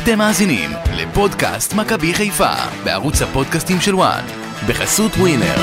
אתם מאזינים לפודקאסט מכבי חיפה בערוץ הפודקאסטים של וואן בחסות ווינר.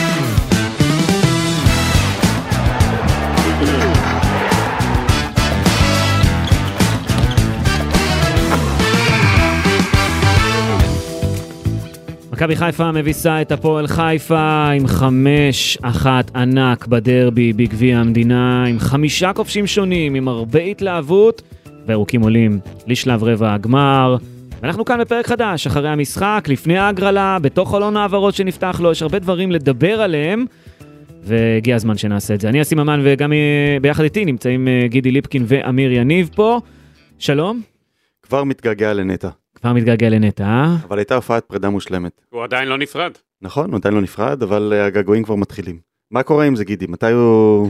מכבי חיפה מביסה את הפועל חיפה עם 5-1 ענק בדרבי בגביע המדינה, עם 5 כובשים שונים, עם הרבה התלהבות, והירוקים עולים לשלב רבע הגמר. ואנחנו כאן בפרק חדש, אחרי המשחק, לפני ההגרלה, בתוך חלון העברות שנפתח לו, יש הרבה דברים לדבר עליהם, והגיע הזמן שנעשה את זה. אני אסים אמן, וגם ביחד איתי נמצאים גידי ליפקין ואמיר יניב פה. שלום. כבר מתגעגע לנטע. כבר מתגעגע לנטע, אה? אבל הייתה הופעת פרידה מושלמת. הוא עדיין לא נפרד. נכון, הוא עדיין לא נפרד, אבל הגעגועים כבר מתחילים. מה קורה עם זה, גידי? מתי הוא...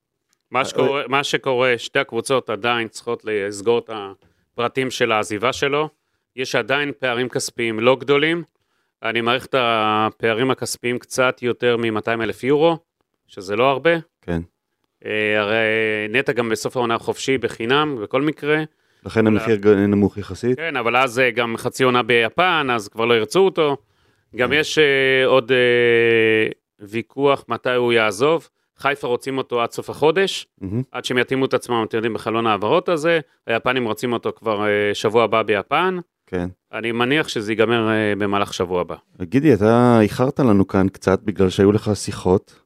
מה שקורה, שתי הקבוצות עדיין צריכות לסגור את הפרטים של העזיבה שלו. יש עדיין פערים כספיים לא גדולים. אני מעריך את הפערים הכספיים קצת יותר מ-200,000 יורו, שזה לא הרבה. כן. הרי נטע גם בסוף העונה חופשי בחינם, בכל מקרה. לכן המחיר נמוך יחסית. כן, אבל אז גם חצי עונה ביפן, אז כבר לא ירצו אותו. גם יש עוד ויכוח מתי הוא יעזוב. חיפה רוצים אותו עד סוף החודש, עד שהם יתאימו את עצמם, אתם יודעים, בחלון העברות הזה. היפנים רוצים אותו כבר שבוע הבא ביפן. כן. אני מניח שזה ייגמר במהלך שבוע הבא. גידי, אתה איחרת לנו כאן קצת, בגלל שהיו לך שיחות.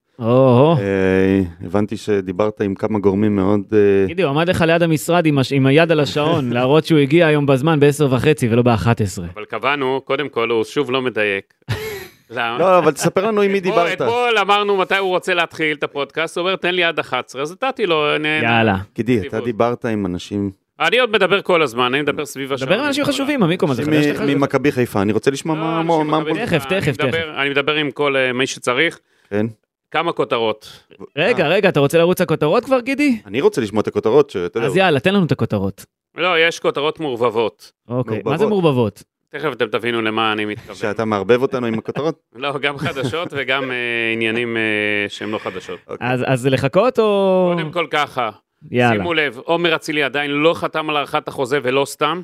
הבנתי שדיברת עם כמה גורמים מאוד... גידי, הוא עמד לך ליד המשרד עם היד על השעון, להראות שהוא הגיע היום בזמן ב-10:30 ולא ב-11. אבל קבענו, קודם כל, הוא שוב לא מדייק. לא, אבל תספר לנו עם מי דיברת. אתמול אמרנו מתי הוא רוצה להתחיל את הפודקאסט, הוא אומר, תן לי עד 11, אז נתתי לו... יאללה. גידי, אתה דיברת עם אנשים... אני עוד מדבר כל הזמן, אני מדבר סביב השעון. מדבר עם אנשים חשובים, המיקום הזה. ממכבי חיפה, אני רוצה לשמוע מה... תכף. אני מדבר עם כל מי שצריך. כן. כמה כותרות. רגע, אתה רוצה לרוץ הכותרות כבר, גידי? אני רוצה לשמוע את הכותרות. אז יאללה, תן לנו את הכותרות. לא, יש כותרות מעורבבות. אוקיי, מה זה מעורבבות? תכף אתם תבינו למה אני מתכוון. שאתה מערבב אותנו עם הכותרות? לא, גם חדשות וגם עניינים שהם לא חדשות. אז לחכות או... קודם כל ככה. יאללה. שימו לב, עומר אצילי עדיין לא חתם על הארכת החוזה ולא סתם.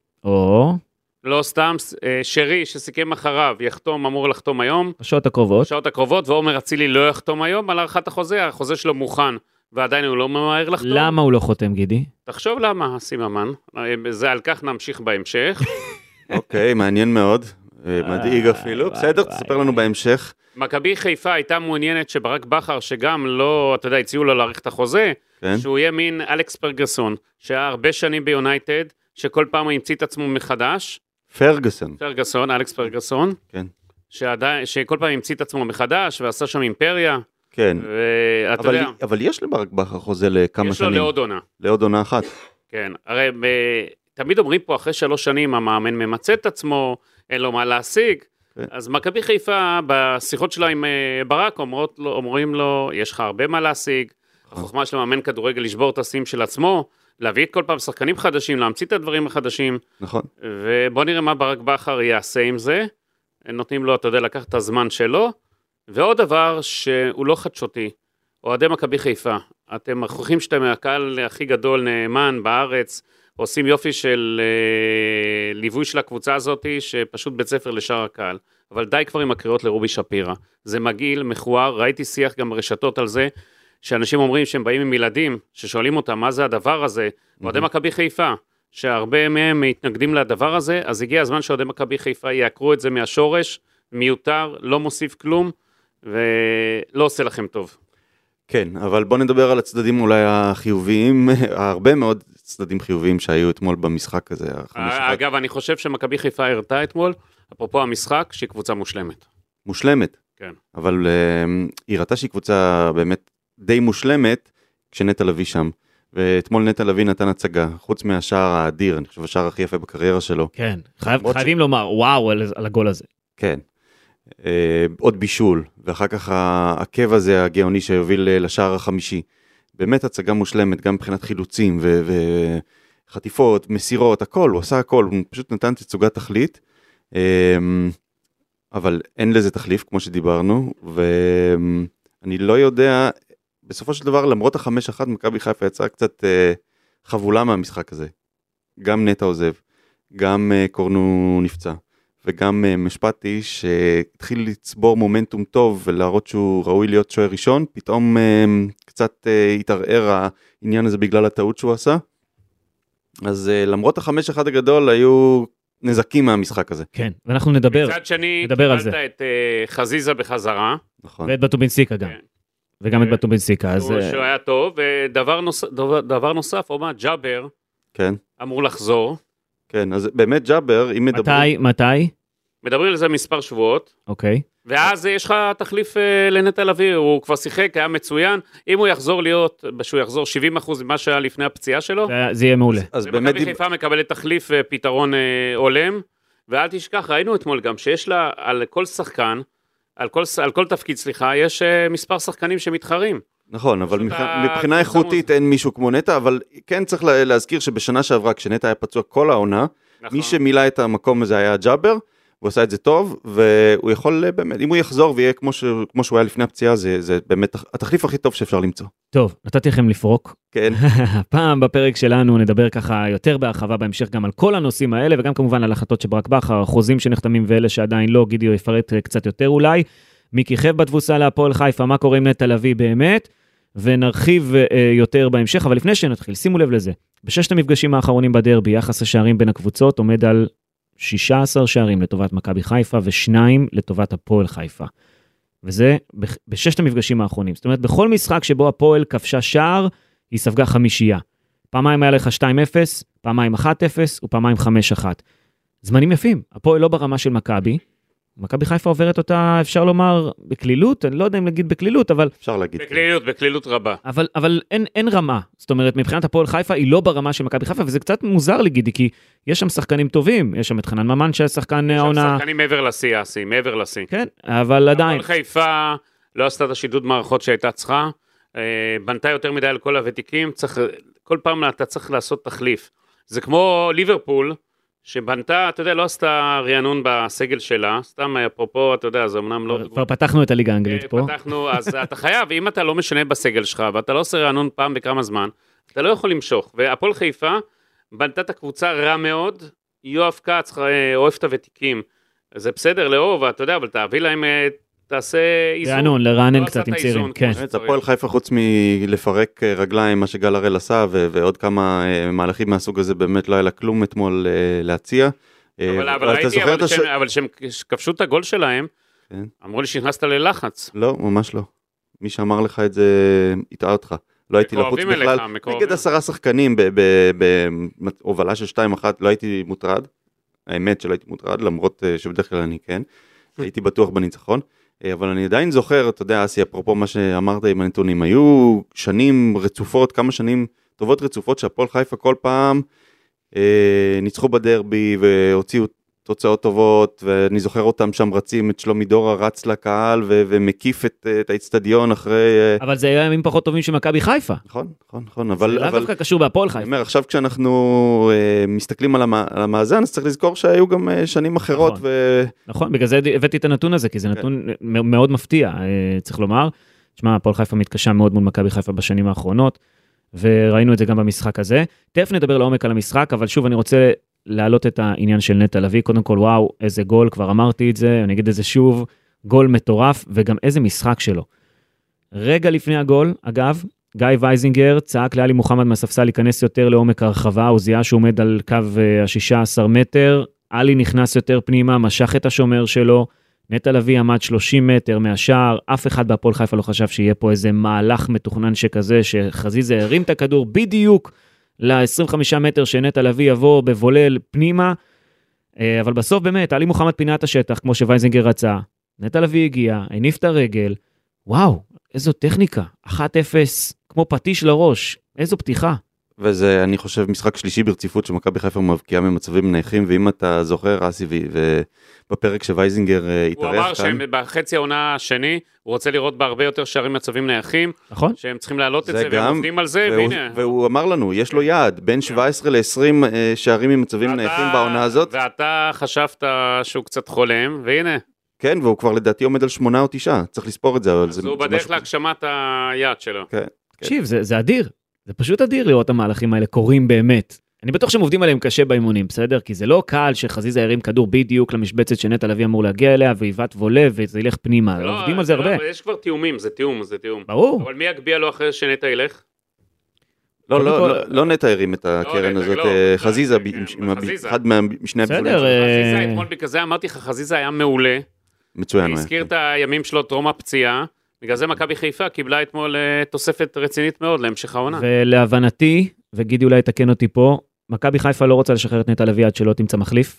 לא סתם, שרי שסיכם אחריו אמור לחתום היום. בשעות הקרובות. ועומר אצילי לא יחתום היום על הארכת החוזה, החוזה שלו מוכן, ועדיין הוא לא ממהר לחתום. למה הוא לא חותם, גידי? תחשוב למה, סיממן. זה על כך נמשיך בהמשך. אוקיי, מעניין מאוד. מדאיג אפילו. בסדר, תספר לנו בהמשך. מכבי חיפה הייתה מעוניינת שברק בכר, שגם לא, אתה יודע, הציעו לו להאריך את החוזה, שהוא יהיה מין אלכס פרגוסון, שהיה הרבה שנים ביונייטד, שכל פעם המציא את עצמו מחדש. אלכס פרגוסון. כן. שכל פעם המציא את עצמו מחדש, ועשה שם אימפריה. כן. אבל יש לברק בכר חוזה לכמה שנים. יש לו לעוד עונה אחת. כן. הרי תמיד אומרים פה, אחרי 3 שנים, המאמן ממצא את עצמו, אין לו מה להשיג. אז מכבי חיפה, בשיחות שלה עם ברק, אומרים לו, יש לך הרבה מה להשיג. החוכמה של מאמן כדורגל לשבור את הסים של עצמו, להביא את כל פעם שחקנים חדשים, להמציא את הדברים החדשים. נכון. ובוא נראה מה ברק בכר יעשה עם זה. נותנים לו, אתה יודע, לקחת את הזמן שלו. ועוד דבר שהוא לא חדשותי, אוהדי מכבי חיפה. אתם מוכיחים שאתם הקהל הכי גדול נאמן בארץ, עושים יופי של ליווי של הקבוצה הזאת, שפשוט בית ספר לשאר הקהל. אבל די כבר עם הקריאות לרובי שפירא. זה מגעיל, מכוער, ראיתי שיח גם ברשתות על זה, שאנשים אומרים שהם באים עם ילדים, ששואלים אותם מה זה הדבר הזה, אוהדי מכבי חיפה, שהרבה מהם מתנגדים לדבר הזה, אז הגיע הזמן שאוהדי מכבי חיפה יעקרו את זה מהשורש, מיותר, לא מוסיף כלום, ולא עושה לכם טוב. כן, אבל בוא נדבר על הצדדים אולי החיוביים, הרבה מאוד צדדים חיוביים שהיו אתמול במשחק הזה. אגב, אני חושב שמכבי חיפה הרתה אתמול, אפרופו המשחק, שהיא קבוצה מושלמת. מושלמת? כן. אבל היא ראתה שהיא קבוצה באמת די מושלמת, כשנטע לביא שם. ואתמול נטע לביא נתן הצגה, חוץ מהשער האדיר, אני חושב השער הכי יפה בקריירה שלו. כן, חייבים לומר, וואו, על הגול הזה. כן. עוד בישול, ואחר כך העקב הזה הגאוני שהוביל לשער החמישי. באמת הצגה מושלמת, גם מבחינת חילוצים וחטיפות, מסירות, הכל, הוא עשה הכל, הוא פשוט נתן תצוגת תכלית, אבל אין לזה תחליף, כמו שדיברנו, ואני לא יודע, בסופו של דבר, למרות 5-1, מכבי חיפה יצאה קצת חבולה מהמשחק הזה. גם נטע עוזב. גם קורנו נפצע, וגם משפטי שהתחיל לצבור מומנטום טוב ולהראות שהוא ראוי להיות שוער ראשון, פתאום קצת התערער העניין הזה בגלל הטעות שהוא עשה. אז למרות 5-1 הגדול היו נזקים מהמשחק הזה. כן, ואנחנו נדבר. מצד שני, נדבר קיבלת את חזיזה בחזרה. נכון. ואת בטובינסיקה גם. כן. וגם את בטובינסיקה. אז שהוא היה טוב, ודבר נוסף, אומר, ג'אבר כן. אמור לחזור. כן, אז באמת ג'אבר, אם מדברים... מתי? מדברים על זה מספר שבועות. אוקיי. ואז יש לך תחליף לנטע לביא, הוא כבר שיחק, היה מצוין, אם הוא יחזור שהוא יחזור 70% ממה שהיה לפני הפציעה שלו, זה יהיה מעולה. אז באמת... מכבי חיפה מקבלת תחליף פתרון הולם, ואל תשכח, ראינו אתמול גם שיש לה על כל שחקן, על כל תפקיד, יש מספר שחקנים שמתחרים. נכון, אבל מבחינה איכותית אין מישהו כמו נטע, אבל כן צריך להזכיר שבשנה שעברה, כשנטע היה פצוע כל העונה, מי שמילא את המקום הזה היה ג'אבר, הוא עשה את זה טוב, והוא יכול באמת, אם הוא יחזור ויהיה כמו שהוא היה לפני הפציעה, זה באמת התחליף הכי טוב שאפשר למצוא. טוב, נתתי לכם לפרוק. כן. הפעם בפרק שלנו נדבר ככה יותר בהרחבה בהמשך גם על כל הנושאים האלה, וגם כמובן על החלטות של ברק בכר, החוזים שנחתמים ואלה שעדיין לא, גידי יפרט קצת יותר אולי. מיקי חב בתבוסה להפועל חיפה, מה קורה עם נטע לביא באמת, ונרחיב יותר בהמשך, אבל לפני שנתחיל, שימו לב לזה. בששת המפגשים האחרונים בדרבי, יחס השערים בין הקבוצות עומד על 16 שערים לטובת מכבי חיפה ו2 לטובת הפועל חיפה. וזה בששת המפגשים האחרונים. זאת אומרת, בכל משחק שבו הפועל כבשה שער, היא ספגה 5. פעמיים היה לך 2-0, פעמיים 1-0 ופעמיים 5-1. זמנים יפים. הפועל לא ברמה של מכבי. מכבי חיפה עוברת אותה, אפשר לומר, בקלילות, אני לא יודע אם להגיד בקלילות, אבל... אפשר להגיד. בקלילות רבה. אבל אין רמה. זאת אומרת, מבחינת הפועל חיפה, היא לא ברמה של מכבי חיפה, וזה קצת מוזר לי, גידי, כי יש שם שחקנים טובים, יש שם את חנן ממן, שהיה שחקן העונה... יש שם שחקנים מעבר לשיא, מעבר לשיא. כן, אבל עדיין... הפועל חיפה לא עשתה את השידוד מערכות שהייתה צריכה, בנתה יותר מדי על כל הוותיקים, כל פעם אתה צריך לעשות תחליף. זה כמו ליברפול, שבנתה, אתה יודע, לא עשתה רענון בסגל שלה, סתם אפרופו, אתה יודע, זה אמנם לא... כבר פתחנו את הליגה האנגלית פה. פתחנו, אז אתה חייב, אם אתה לא משנה בסגל שלך, ואתה לא עושה רענון פעם בכמה זמן, אתה לא יכול למשוך. והפועל חיפה בנתה את הקבוצה רע מאוד, יואב כץ אוהב את הוותיקים, זה בסדר לאהוב, אתה יודע, אבל תביא להם, תעשה איזון. רענון, לרענן קצת עם צעירים, כן. הפועל חיפה חוץ מלפרק רגליים, מה שגל הראל עשה, ועוד כמה מהלכים מהסוג הזה, באמת לא היה לה כלום אתמול להציע. אבל שהם כבשו את הגול שלהם, אמרו לי שנכנסת ללחץ. לא, ממש לא. מי שאמר לך את זה, יטעה אותך. לא הייתי לחוץ בכלל. נגד 10 שחקנים בהובלה של 2-1, לא הייתי מוטרד. האמת שלא הייתי מוטרד, למרות שבדרך כלל אני כן. הייתי בטוח בניצחון. אבל אני עדיין זוכר, אתה יודע, אסי, אפרופו מה שאמרת עם הנתונים, היו שנים רצופות, כמה שנים טובות רצופות, שהפועל חיפה כל פעם ניצחו בדרבי, והוציאו תוצאות טובות, ואני זוכר אותם שם רצים, את שלומי דורה רץ לקהל, ומקיף את האצטדיון אחרי... אבל זה היה ימים פחות טובים של מכבי חיפה. נכון, אבל... זה לא דווקא קשור בהפועל חיפה. אני אומר, עכשיו כשאנחנו מסתכלים על המאזן, אז צריך לזכור שהיו גם שנים אחרות. נכון, בגלל זה הבאתי את הנתון הזה, כי זה נתון מאוד מפתיע, צריך לומר. תשמע, הפועל חיפה מתקשה מאוד מול מכבי חיפה בשנים האחרונות, וראינו את זה גם במשחק הזה. תכף נדבר לעומק על המשחק, אבל שוב אני רוצה להעלות את העניין של נטע לביא. קודם כל, וואו, איזה גול, כבר אמרתי את זה, אני אגיד את זה שוב, גול מטורף, וגם איזה משחק שלו. רגע לפני הגול, אגב, גיא וייזינגר צעק לאלי מוחמד מהספסל להיכנס יותר לעומק הרחבה, הוא זיהה שהוא עומד על קו 16 מטר, אלי נכנס יותר פנימה, משך את השומר שלו, נטע לביא עמד 30 מטר מהשער, אף אחד בהפועל חיפה לא חשב שיהיה פה איזה מהלך מתוכנן שכזה, שחזיזה הרים את הכדור בדיוק ל-25 מטר שנטע לביא יבוא בבולל פנימה, אבל בסוף באמת, אלי מוחמד פינה את השטח, כמו שווייזינגר רצה, נטע לביא הגיע, הניף את הרגל, וואו, איזו טכניקה, 1-0, כמו פטיש לראש, איזו פתיחה. וזה, אני חושב, משחק שלישי ברציפות שמכבי חיפה מבקיעה ממצבים נייחים, ואם אתה זוכר, אסי, ובפרק שווייזינגר התארח כאן... הוא אמר שבחצי העונה השני, הוא רוצה לראות בהרבה יותר שערים מצבים נייחים, נכון? שהם צריכים להעלות את זה, והם עובדים על זה, והנה... והוא אמר לנו, יש לו יעד, בין 17 ל-20 שערים ממצבים נייחים בעונה הזאת. ואתה חשבת שהוא קצת חולם, והנה. כן, והוא כבר לדעתי עומד על 8 או 9, צריך לספור את זה. אז הוא בדרך להגשמת היעד שלו. תקשיב, זה אדיר. זה פשוט אדיר לראות המהלכים האלה קורים באמת. אני בטוח שהם עובדים עליהם קשה באימונים, בסדר? כי זה לא קל שחזיזה ירים כדור בדיוק למשבצת שנטע לביא אמור להגיע אליה, ועיוות וולה, וזה ילך פנימה. עובדים על זה הרבה. יש כבר תיאומים, זה תיאום. ברור. אבל מי יגביע לו אחרי שנטע ילך? לא נטע הרים את הקרן הזאת, חזיזה, אחד משני הביזולים. חזיזה, אתמול בכזה אמרתי לך, חזיזה היה מעולה. מצוין. הזכיר את הימים שלו טרום הפציעה, בגלל זה מכבי חיפה קיבלה אתמול תוספת רצינית מאוד להמשך העונה. ולהבנתי, וגידי אולי תקן אותי פה, מכבי חיפה לא רוצה לשחרר את נטע לביא עד שלא תמצא מחליף.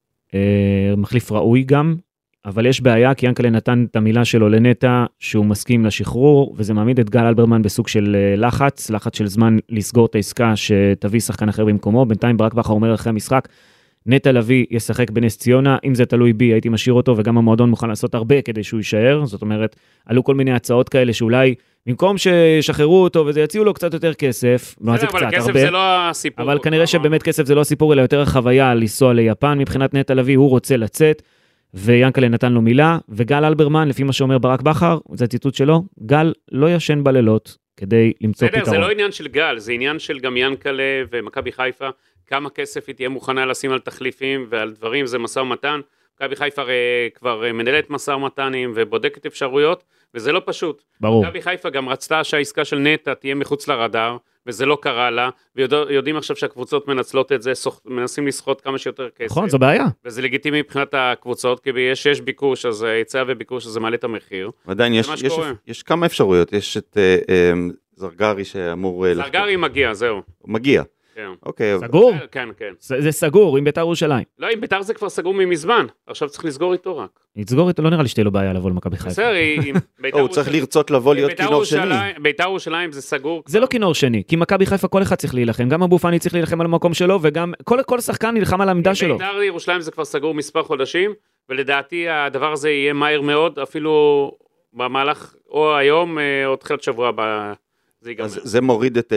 מחליף ראוי גם, אבל יש בעיה, כי ינקלה נתן את המילה שלו לנטע, שהוא מסכים לשחרור, וזה מעמיד את גל אלברמן בסוג של לחץ של זמן לסגור את העסקה, שתביא שחקן אחר במקומו. בינתיים ברק בכר אומר אחרי המשחק, נטע לביא ישחק בנס ציונה, אם זה תלוי בי הייתי משאיר אותו, וגם המועדון מוכן לעשות הרבה כדי שהוא יישאר. זאת אומרת, עלו כל מיני הצעות כאלה שאולי במקום שישחררו אותו וזה יציעו לו קצת יותר כסף, מה זה קצת, הרבה, זה לא הסיפור, אבל כנראה שבאמת כסף זה לא הסיפור, אלא יותר החוויה לנסוע ליפן. מבחינת נטע לביא הוא רוצה לצאת, ויאנקלה נתן לו מילה, וגל אלברמן, לפי מה שאומר ברק בכר, זה הציטוט שלו, גל לא ישן בלילות כדי למצוא פתרון. זה לא עניין של גל, זה עניין של גם ינקלה ומכבי חיפה, כמה כסף היא תהיה מוכנה לשים על תחליפים ועל דברים, זה משא ומתן. מכבי חיפה כבר מנהלת משא ומתנים ובודקת אפשרויות, וזה לא פשוט. ברור. מכבי חיפה גם רצתה שהעסקה של נטע תהיה מחוץ לרדאר, וזה לא קרה לה, ויודעים עכשיו שהקבוצות מנצלות את זה, מנסים לסחוט כמה שיותר כסף. נכון, זו בעיה. וזה לגיטימי מבחינת הקבוצות, כי יש ביקוש, אז היצע וביקוש, אז זה מעלה את המחיר. עדיין יש כמה אפשרויות, יש את זרגרי שאמור... זרגרי מגיע, זהו. מגיע. אוקיי. סגור? כן, כן. זה סגור, עם ביתר ירושלים. לא, עם ביתר זה כבר סגור ממזמן, עכשיו צריך לסגור איתו רק. לסגור איתו, לא נראה לי שתהיה לו בעיה לבוא למכבי חיפה. הוא צריך לרצות לבוא להיות כינור שני. ביתר ירושלים זה סגור. זה לא כינור שני, כי מכבי חיפה כל אחד צריך להילחם, גם אבו פאני צריך להילחם על המקום שלו, וגם כל שחקן נלחם על העמדה שלו. ביתר ירושלים זה כבר סגור מספר חודשים, ולדעתי הדבר הזה יהיה מהר מאוד, אפילו במהלך או היום או תחילת שבוע הבא זה ייגמר. זה מוריד את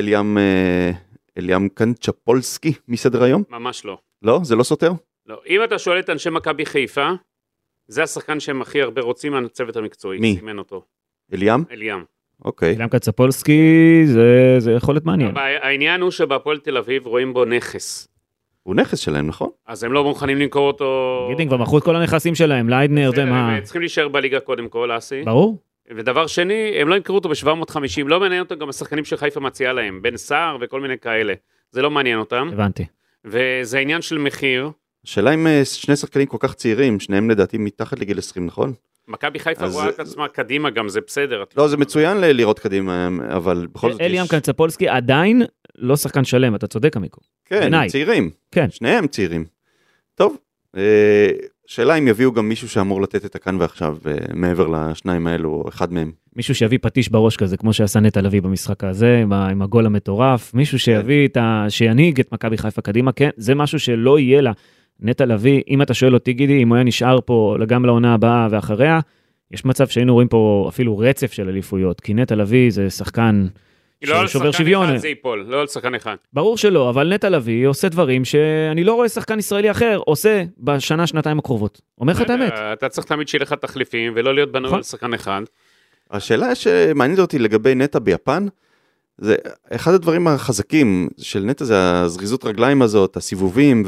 אליאם קנצ'פולסקי מסדר היום? ממש לא. לא? זה לא סותר? לא. אם אתה שואל את אנשי מכבי חיפה, זה השחקן שהם הכי הרבה רוצים מהצוות המקצועי. מי? סימן אותו. אליאם? אליאם. אוקיי. אליאם קנצ'פולסקי זה יכול להיות מעניין. העניין הוא שבהפועל תל אביב רואים בו נכס. הוא נכס שלהם, נכון? אז הם לא מוכנים למכור אותו... גידינג, כבר מכרו את כל הנכסים שלהם, ליידנר, זה מה... צריכים להישאר בליגה קודם כל, אסי. ברור. ודבר שני, הם לא ימכרו אותו ב-750, לא מעניין אותם גם השחקנים שחיפה מציעה להם, בן סער וכל מיני כאלה. זה לא מעניין אותם. הבנתי. וזה עניין של מחיר. השאלה אם שני שחקנים כל כך צעירים, שניהם לדעתי מתחת לגיל 20, נכון? מכבי חיפה רואה את עצמה קדימה גם, זה בסדר. לא, זה מצוין לראות קדימה, אבל בכל זאת... אליאם קנצ'פולסקי עדיין לא שחקן שלם, אתה צודק עמיקו. כן, צעירים. כן. שניהם צעירים. טוב, שאלה אם יביאו גם מישהו שאמור לתת את הכאן ועכשיו, מעבר לשניים האלו, או אחד מהם. מישהו שיביא פטיש בראש כזה, כמו שעשה נטע לביא במשחק הזה, עם הגול המטורף, מישהו שיביא שינהיג את מכבי חיפה קדימה, כן, זה משהו שלא יהיה לה. נטע לביא, אם אתה שואל אותי גידי, אם הוא היה נשאר פה גם לעונה הבאה ואחריה, יש מצב שהיינו רואים פה אפילו רצף של אליפויות, כי נטע לביא זה שחקן שובר שוויון. לא על שחקן אחד זה ייפול, לא על שחקן אחד. ברור שלא, אבל נטע לביא עושה דברים שאני לא רואה שחקן ישראלי אחר עושה בשנה, שנתיים הקרובות. אומר לך את האמת. אתה צריך תמיד שיהיה לך תחליפים, ולא להיות בנוי על שחקן אחד. השאלה שמעניינת אותי לגבי נטע ביפן, זה אחד הדברים החזקים של נטע, זה הזריזות רגליים הזאת, הסיבובים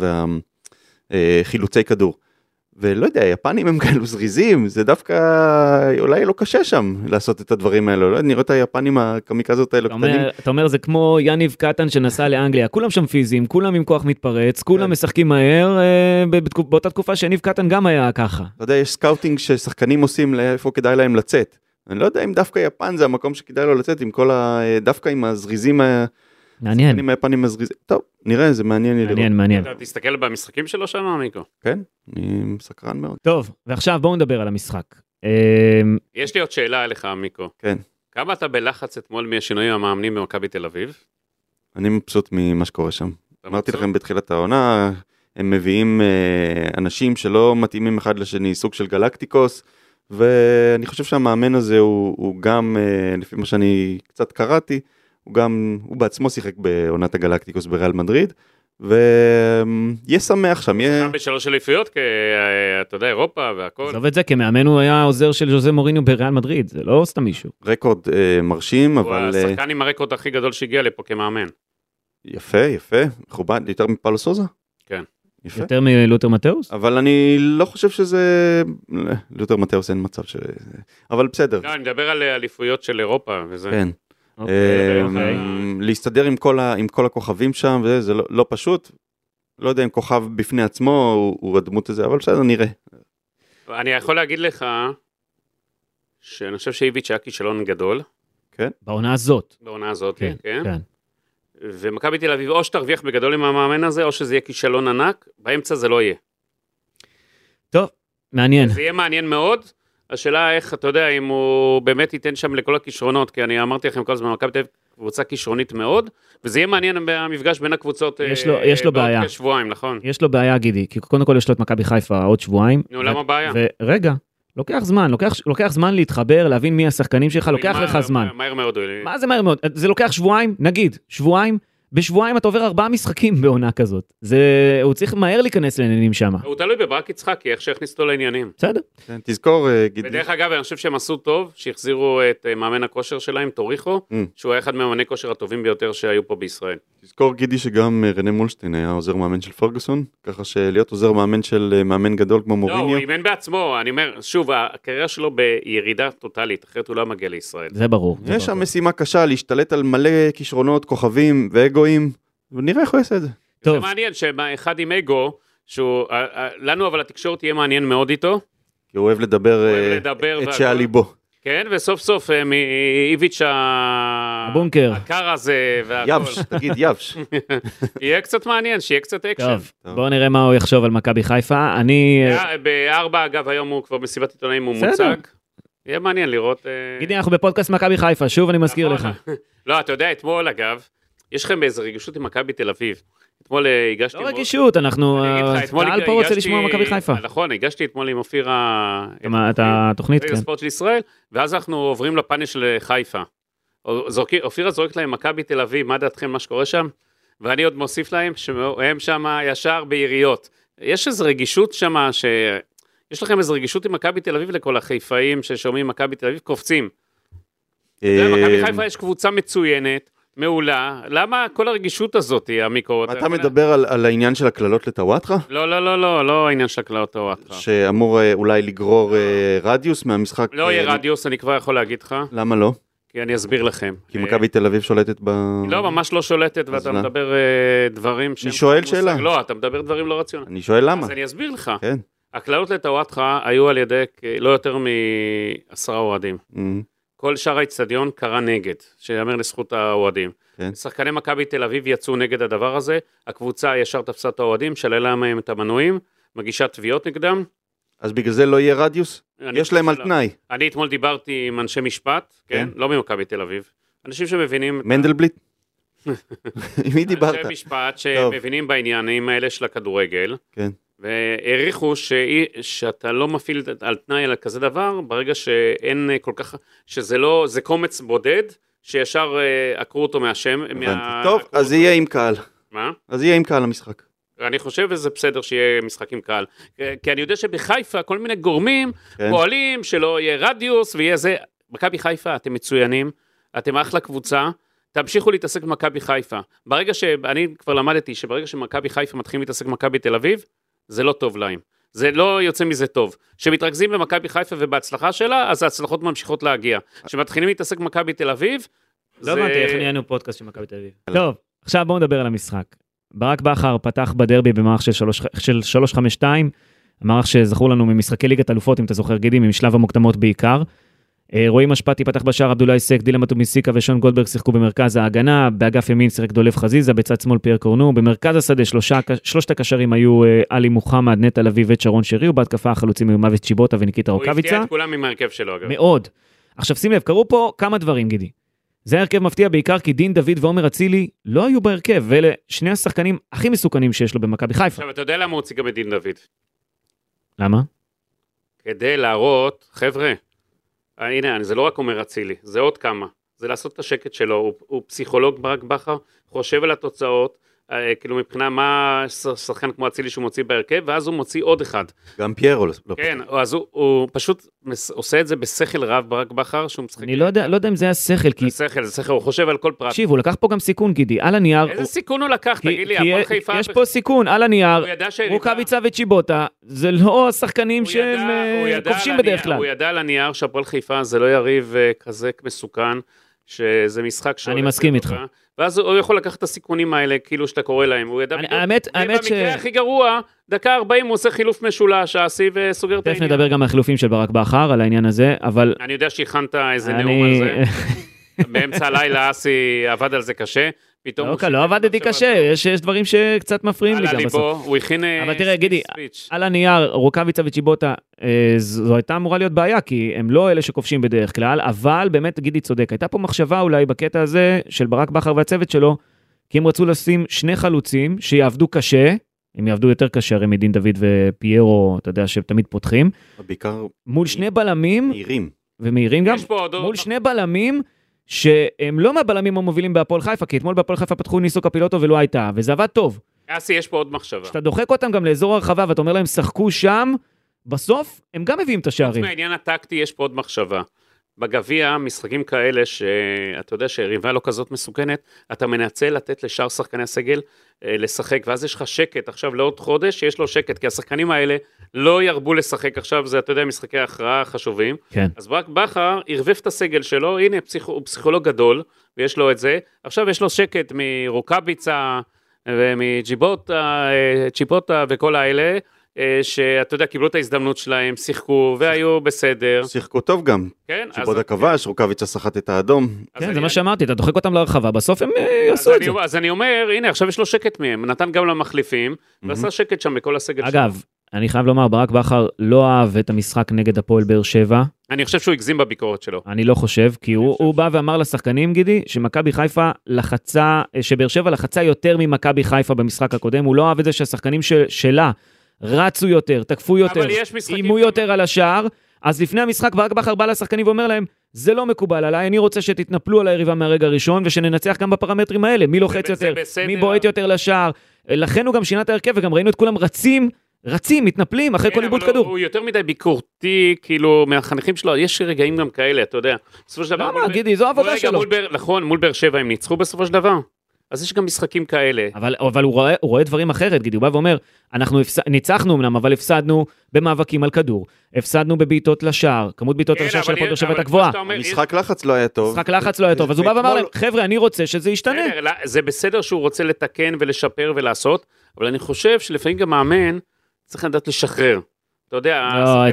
והחילוצי כדור. ולא יודע, היפנים הם כאלו זריזים, זה דווקא אולי לא קשה שם לעשות את הדברים האלו, לא? נראה את היפנים הקמיקזות האלו קטנים. אתה אומר, זה כמו יניב קטן שנסע לאנגליה, כולם שם פיזיים, כולם עם כוח מתפרץ, כולם משחקים מהר, באותה תקופה שיניב קטן גם היה ככה. אתה יודע, יש סקאוטינג ששחקנים עושים לאיפה כדאי להם לצאת. אני לא יודע אם דווקא יפן זה המקום שכדאי לו לצאת, דווקא עם הזריזים מעניין. עם היפנים הזריזים. טוב, נראה, זה מעניין לי לראות. מעניין. אתה תסתכל במשחקים שלו שם, מיקו. כן, אני סקרן מאוד. טוב, ועכשיו בואו נדבר על המשחק. יש לי עוד שאלה אליך, מיקו. כן. כמה אתה בלחץ אתמול מהשינויים המאמנים במכבי תל אביב? אני מבסוט ממה שקורה שם. אמרתי לכם בתחילת העונה, הם מביאים אנשים שלא מתאימים אחד לשני, סוג של גלקטיקוס, ואני חושב שהמאמן הזה הוא גם, לפי מה שאני קצת קראתי, הוא בעצמו שיחק בעונת הגלקטיקוס בריאל מדריד, ויהיה שמח שם. גם בשלוש אליפויות, כי אתה יודע, אירופה והכל. עזוב את זה, כמאמן הוא היה עוזר של ז'וזה מוריניו בריאל מדריד, זה לא סתם מישהו. רקורד מרשים, אבל... הוא השחקן עם הרקורד הכי גדול שהגיע לפה כמאמן. יפה, יפה, מכובד, יותר מפאולו סוזה? כן. יפה. יותר מלותר מתאוס? אבל אני לא חושב שזה... לותר מתאוס אין מצב ש... אבל בסדר. לא, אני מדבר על אליפויות של אירופה, וזה... כן. אוקיי. להסתדר עם כל הכוכבים שם, זה לא פשוט. לא יודע אם כוכב בפני עצמו הוא הדמות הזה, אבל בסדר, נראה. אני יכול להגיד לך שאני חושב שאיביץ' היה כישלון גדול. כן. בעונה הזאת. בעונה הזאת, כן, כן. כן. ומכבי תל אביב, או שתרוויח בגדול עם המאמן הזה, או שזה יהיה כישלון ענק, באמצע זה לא יהיה. טוב, מעניין. זה יהיה מעניין מאוד. השאלה איך, אתה יודע, אם הוא באמת ייתן שם לכל הכישרונות, כי אני אמרתי לכם כל הזמן, מכבי תל אביב קבוצה כישרונית מאוד, וזה יהיה מעניין במפגש בין הקבוצות יש לו בעיה. בעוד כשבועיים, נכון? יש לו בעיה, גידי, כי קודם כל יש לו את מכבי חיפה עוד שבועיים. נו, למה בעיה? ורגע, לוקח זמן, לוקח זמן להתחבר, להבין מי השחקנים שלך, לוקח לך זמן. מהר מאוד. מה זה מהר מאוד? זה לוקח שבועיים, נגיד, שבועיים, בשבועיים אתה עובר 4 משחקים בעונה כזאת. הוא צריך מהר להיכנס לעניינים שם. הוא תלוי בברק יצחקי, איך שהכניס אותו לעניינים. בסדר. תזכור, גידי. ודרך אגב, אני חושב שהם עשו טוב, שהחזירו את מאמן הכושר שלהם, טוריחו, שהוא היה אחד מהמאמני כושר הטובים ביותר שהיו פה בישראל. תזכור, גידי, שגם רנה מולשטיין היה עוזר מאמן של פרגוסון, ככה שלהיות עוזר מאמן של מאמן גדול כמו מוריניו. לא, הוא אימן בעצמו, אני אומר, שוב, הקריירה שלו בירידה טוטלית, אחרת הוא לא מגיע לישראל. זה ברור. יש שם משימה קשה להשתלט על מלא כישרונות, כוכבים ואגואים, ונראה איך הוא יעשה את זה. זה מעניין שאחד עם אגו, לנו אבל התקשורת תהיה מעניין מאוד איתו. כי הוא אוהב לדבר את שעל ליבו. כן, וסוף סוף מאיביץ' הבונקר. הקר הזה והכל. יבש, תגיד יבש. יהיה קצת מעניין, שיהיה קצת אקשן. טוב, בואו נראה מה הוא יחשוב על מכבי חיפה. ב-4 אגב, היום הוא כבר מסיבת עיתונאים, הוא מוצג. יהיה מעניין לראות... גידי, אנחנו בפודקאסט מכבי חיפה, שוב אני מזכיר לך. לא, אתה יודע, אתמול אגב, יש לכם באיזה רגישות עם מכבי תל אביב. אתמול הגשתי... לא רגישות, אנחנו... קהל פה רוצה לשמוע מכבי חיפה. נכון, הגשתי אתמול עם אופיר את התוכנית, כן. הספורט של ישראל, ואז אנחנו עוברים לפאנל של חיפה. אופיר זורק להם מכבי תל אביב, מה דעתכם מה שקורה שם? ואני עוד מוסיף להם שהם שם ישר ביריות. יש איזו רגישות שם, יש לכם איזו רגישות עם מכבי תל אביב לכל החיפאים ששומעים מכבי תל אביב, קופצים. מכבי חיפה יש קבוצה מצוינת, מעולה, למה כל הרגישות הזאת, המיקרו? אתה מדבר על העניין של הכללות לטוואטרה? לא העניין של הכללות לטוואטרה. שאמור אולי לגרור רדיוס מהמשחק? לא יהיה רדיוס, אני כבר יכול להגיד לך. למה לא? כי אני אסביר לכם. כי מכבי תל אביב שולטת ב... לא, ממש לא שולטת, ואתה מדבר דברים... אני שואל שאלה. לא, אתה מדבר דברים לא רציונליים. אני שואל למה. אז אני אסביר לך. כן. הכללות לטוואטרה היו על ידי לא יותר מ10 אוהדים. כל שאר האצטדיון קרא נגד, שיאמר לזכות האוהדים. כן. שחקני מכבי תל אביב יצאו נגד הדבר הזה, הקבוצה ישר תפסה את האוהדים, שללה מהם את המנויים, מגישה תביעות נגדם. אז בגלל זה לא יהיה רדיוס? יש להם על תנאי. אני אתמול דיברתי עם אנשי משפט, כן? לא ממכבי תל אביב. אנשים שמבינים... מנדלבליט? עם מי דיברת? אנשי משפט שמבינים בעניינים האלה של הכדורגל. כן. והעריכו שאתה לא מפעיל על תנאי על כזה דבר, ברגע שאין כל כך, שזה לא, זה קומץ בודד, שישר עקרו אותו מהשם. טוב, אז יהיה עם קהל. מה? אז יהיה עם קהל המשחק. אני חושב שזה בסדר שיהיה משחק עם קהל. כי אני יודע שבחיפה כל מיני גורמים פועלים שלא יהיה רדיוס ויהיה זה. מכבי חיפה, אתם מצוינים, אתם אחלה קבוצה, תמשיכו להתעסק במכבי חיפה. ברגע שאני כבר למדתי שברגע שמכבי חיפה מתחילים להתעסק במכבי תל אביב, זה לא טוב להם. זה לא יוצא מזה טוב. כשמתרכזים במכבי חיפה ובהצלחה שלה, אז ההצלחות ממשיכות להגיע. כשמתחילים להתעסק במכבי תל אביב, לא הבנתי איך נהיינו פודקאסט של מכבי תל אביב. טוב, עכשיו בואו נדבר על המשחק. ברק בכר פתח בדרבי במערך של 3-5-2, המערך שזכור לנו ממשחקי ליגת אלופות, אם אתה זוכר גידי, משלב המוקדמות בעיקר. רועי משפטי פתח בשער, עבדולאי סק, דילה מטומיסיקה ושון גולדברג שיחקו במרכז ההגנה, באגף ימין שיחק דולב חזיזה, בצד שמאל פייר קורנו, במרכז השדה שלושת הקשרים היו עלי מוחמד, נטע לביא ושרון שרי, ובהתקפה החלוצים היו מוות צ'יבוטה וניקיטה רוקאביצה. הוא הפתיע את כולם עם ההרכב שלו אגב. מאוד. עכשיו שים לב, קראו פה כמה דברים גידי. זה הרכב מפתיע בעיקר כי דין דוד ועומר אצילי לא היו בהרכב, ואלה שני השחקנים הכי מסוכנים שיש לו במכבי חיפה. עכשיו אתה יודע למה הוא הוציא גם את דין דוד? למה? כדי להראות, חבר'ה, הנה, זה לא רק אומר אצילי, זה עוד כמה. זה לעשות את השקט שלו, הוא פסיכולוג ברק בכר, חושב על התוצאות, כאילו מבחינה מה שחקן כמו אצילי שהוא מוציא בהרכב, ואז הוא מוציא עוד אחד. גם פיירו לא כן, אז הוא פשוט עושה את זה בשכל רב, ברק בכר, שהוא משחק... אני לא יודע אם זה היה שכל, כי... זה שכל, הוא חושב על כל פרט. תקשיב, הוא לקח פה גם סיכון, גידי, על הנייר... איזה סיכון הוא לקח? תגיד לי, הפועל חיפה... יש פה סיכון, על הנייר, רוקאביצה וצ'יבוטה, זה לא השחקנים שהם כובשים בדרך כלל. הוא ידע על הנייר שהפועל חיפה זה לא יריב כזה מסוכן, שזה משחק אני מסכים איתך. ואז הוא יכול לקחת את הסיכונים האלה, כאילו שאתה קורא להם, הוא ידע... האמת במקרה הכי גרוע, דקה 40 הוא עושה חילוף משולש, אסי וסוגר את העניין. תכף נדבר גם על החילופים של ברק בכר, על העניין הזה, אבל... אני יודע שהכנת איזה נאום על זה. באמצע הלילה אסי עבד על זה קשה. לא עבדתי קשה, יש דברים שקצת מפריעים לי גם בסוף. הוא הכין... אבל תראה, גידי, על הנייר, רוקאביצה וצ'יבוטה, זו הייתה אמורה להיות בעיה, כי הם לא אלה שכובשים בדרך כלל, אבל באמת, גידי צודק, הייתה פה מחשבה אולי בקטע הזה של ברק בכר והצוות שלו, כי הם רצו לשים שני חלוצים שיעבדו קשה, הם יעבדו יותר קשה, הרי מדין דוד ופיירו, אתה יודע, שתמיד פותחים, בעיקר מול שני בלמים, ומהירים גם, מול שני בלמים, שהם לא מהבלמים המובילים בהפועל חיפה, כי אתמול בהפועל חיפה פתחו ניסו קפילוטו ולא הייתה, וזה עבד טוב. אסי, יש פה עוד מחשבה. כשאתה דוחק אותם גם לאזור הרחבה, ואתה אומר להם, שחקו שם, בסוף הם גם מביאים את השערים. חוץ מהעניין הטקטי, יש פה עוד מחשבה. בגביע, משחקים כאלה, שאתה יודע שהריבה לא כזאת מסוכנת, אתה מנצל לתת לשאר שחקני הסגל לשחק, ואז יש לך שקט, עכשיו לעוד חודש שיש לו שקט, כי השחקנים האלה לא ירבו לשחק עכשיו, זה אתה יודע, משחקי ההכרעה חשובים. כן. אז ברק בכר ערבב את הסגל שלו, הנה, הוא פסיכולוג גדול, ויש לו את זה, עכשיו יש לו שקט מרוקאביצה, ומג'יבוטה וכל האלה, שאתה יודע, קיבלו את ההזדמנות שלהם, שיחקו והיו בסדר. שיחקו טוב גם. כן. צ'יבוטה כבש, רוקאביצה סחט את האדום. כן, זה מה שאמרתי, אתה דוחק אותם להרחבה, בסוף הם יעשו את זה. אז אני אומר, הנה, עכשיו יש לו שקט מהם, נתן גם למחליפים, ועשה שקט שם בכל הסגל שלו. אגב, אני חייב לומר, ברק בכר לא אהב את המשחק נגד הפועל באר שבע. אני חושב שהוא הגזים בביקורת שלו. אני לא חושב, כי הוא בא ואמר לשחקנים, גידי, שמכבי חיפה לחצה, שבאר שבע לחצה יותר ממכבי חיפה במשחק הקודם, הוא לא אהב את זה שהשחקנים שלה רצו יותר, תקפו יותר, אימו יותר על השער, אז לפני המשחק ברק בכר בא לשחקנים ואומר להם, זה לא מקובל עליי, אני רוצה שתתנפלו על היריבה מהרגע הראשון, ושננצח גם בפרמטרים האלה, מי לוחץ יותר, מי בועט יותר לשער, לכן הוא גם שינה את ההרכב, וגם ראינו את כולם רצים, מתנפלים, אחרי כל איבוד כדור. הוא יותר מדי ביקורתי, כאילו, מהחניכים שלו, יש רגעים גם כאלה, אתה יודע. למה, גידי, זו העבודה שלו. נכון, מול באר שבע הם ניצחו בסופו של דבר. אז יש גם משחקים כאלה. אבל הוא רואה דברים אחרת, גידי, הוא בא ואומר, אנחנו ניצחנו אמנם, אבל הפסדנו במאבקים על כדור, הפסדנו בביתות לשער, כמות ביתות לשער של הפועל באר שבע הייתה גבוהה. משחק לחץ לא היה טוב. משחק לחץ לא היה טוב, אז הוא בא ואמר להם, חבר'ה, אני רוצה שזה ישתנה. זה בסדר שהוא רוצה לתקן ולשפר ולעשות, אבל אני חושב שלפעמים גם מאמן צריך לדעת לשחרר. אתה יודע,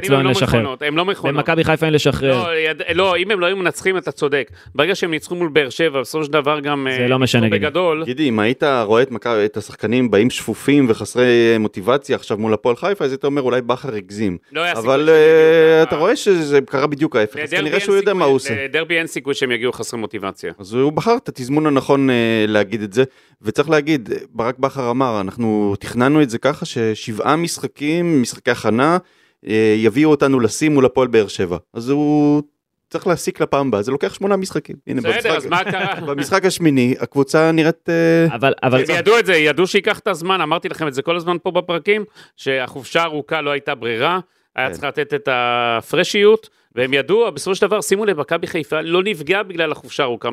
הם לא מכונות. במכבי חיפה אין לשחרר. לא, אם הם לא היו מנצחים, אתה צודק. ברגע שהם ניצחו מול באר שבע, בסופו של דבר גם... זה לא משנה, גידי, אם היית רואה את השחקנים באים שפופים וחסרי מוטיבציה עכשיו מול הפועל חיפה, אז אתה אומר, אולי בכר הגזים. אבל אתה רואה שזה קרה בדיוק ההפך, אז כנראה שהוא יודע מה הוא עושה. דרבי אין סיכוי שהם יגיעו חסרי מוטיבציה. אז הוא בחר את התזמון הנכון להגיד את זה, וצריך להגיד, ברק בכר אמר, אנחנו תכננו את זה ככה ש7 משחקים, משחקי הכנה, יביאו אותנו לשים מול הפועל באר שבע. אז הוא צריך להסיק לפעם הבאה, זה לוקח 8 משחקים. בסדר, אז מה קרה? במשחק השמיני, הקבוצה נראית... אבל... הם ידעו את זה, ידעו שיקח את הזמן, אמרתי לכם את זה כל הזמן פה בפרקים, שהחופשה הארוכה לא הייתה ברירה, היה צריך לתת את הפרשיות, והם ידעו, בסופו של דבר, שימו לב, מכבי חיפה לא נפגע בגלל החופשה הארוכה,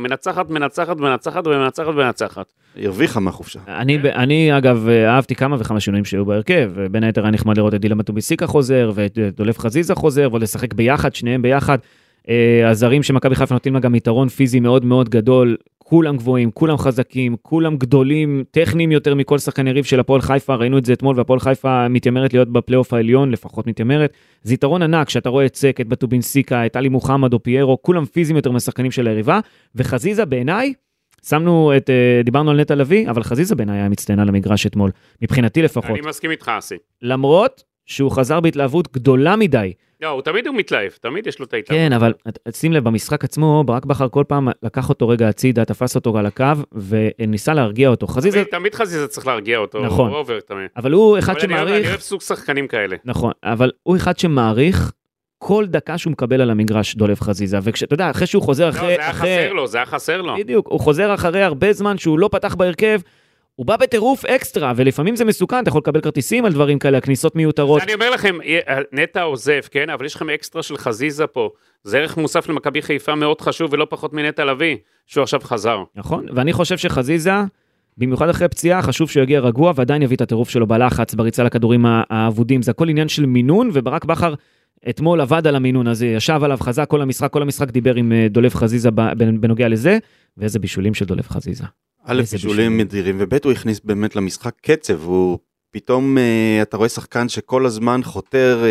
מנצחת. הרוויחה מהחופשה. אני אגב אהבתי כמה וכמה שינויים שהיו בהרכב, בין היתר היה נחמד לראות את דילה מטוביסיקה חוזר, ואת דולף חזיזה חוזר, ועוד לשחק ביחד, שניהם ביחד. הזרים שמכבי חיפה נותנים לה גם יתרון פיזי מאוד מאוד גדול, כולם גבוהים, כולם חזקים, כולם גדולים, טכניים יותר מכל שחקן יריב של הפועל חיפה, ראינו את זה אתמול, והפועל חיפה מתיימרת להיות בפלייאוף העליון, לפחות מתיימרת, זה יתרון ענק, שאתה רואה את סק, את בטובינסיקה, את אלי מוחמד או פיירו, כולם פיזיים יותר מהשחקנים של היריבה, וחזיזה בעיניי, דיברנו על נטע לביא, אבל חזיזה בעיניי היה מצטיין על המגרש אתמול, מבחינתי לפחות. אני מסכים איתך, אסי. למרות שהוא חזר בהתלהבות גדולה מדי. לא, הוא תמיד מתלהב, תמיד יש לו את ההתלהבות. כן, אבל שים לב, במשחק עצמו, ברק בכר כל פעם לקח אותו רגע הצידה, תפס אותו על הקו, וניסה להרגיע אותו. תמיד חזיזה צריך להרגיע אותו. נכון. אבל הוא אחד שמעריך... אני אוהב סוג שחקנים כאלה. נכון, אבל הוא אחד שמעריך כל דקה שהוא מקבל על המגרש דולף חזיזה, וכשאתה יודע, אחרי שהוא חוזר אחרי... זה היה חסר לו. בדיוק, הוא חוזר אחרי הרבה זמן שהוא לא פתח בהרכב, הוא בא בטירוף אקסטרה, ולפעמים זה מסוכן, אתה יכול לקבל כרטיסים על דברים כאלה, הכניסות מיותרות. אני אומר לכם, נטע עוזב, כן? אבל יש לכם אקסטרה של חזיזה פה. זה ערך מוסף למכבי חיפה מאוד חשוב, ולא פחות מנטע לביא, שהוא עכשיו חזר. נכון, ואני חושב שחזיזה, במיוחד אחרי פציעה, חשוב שהוא יגיע רגוע, ועדיין יביא את הטירוף שלו בלחץ, בריצה לכדורים האבודים. זה הכל עניין של מינון, וברק בכר אתמול עבד על המינון הזה, ישב עליו חזק כל המשחק דיבר עם דולב חזיזה בנוגע לזה, ואיזה בישולים של דולב חזיזה. א', בישולים מדירים, וב' הוא הכניס באמת למשחק קצב, הוא פתאום, אתה רואה שחקן שכל הזמן חותר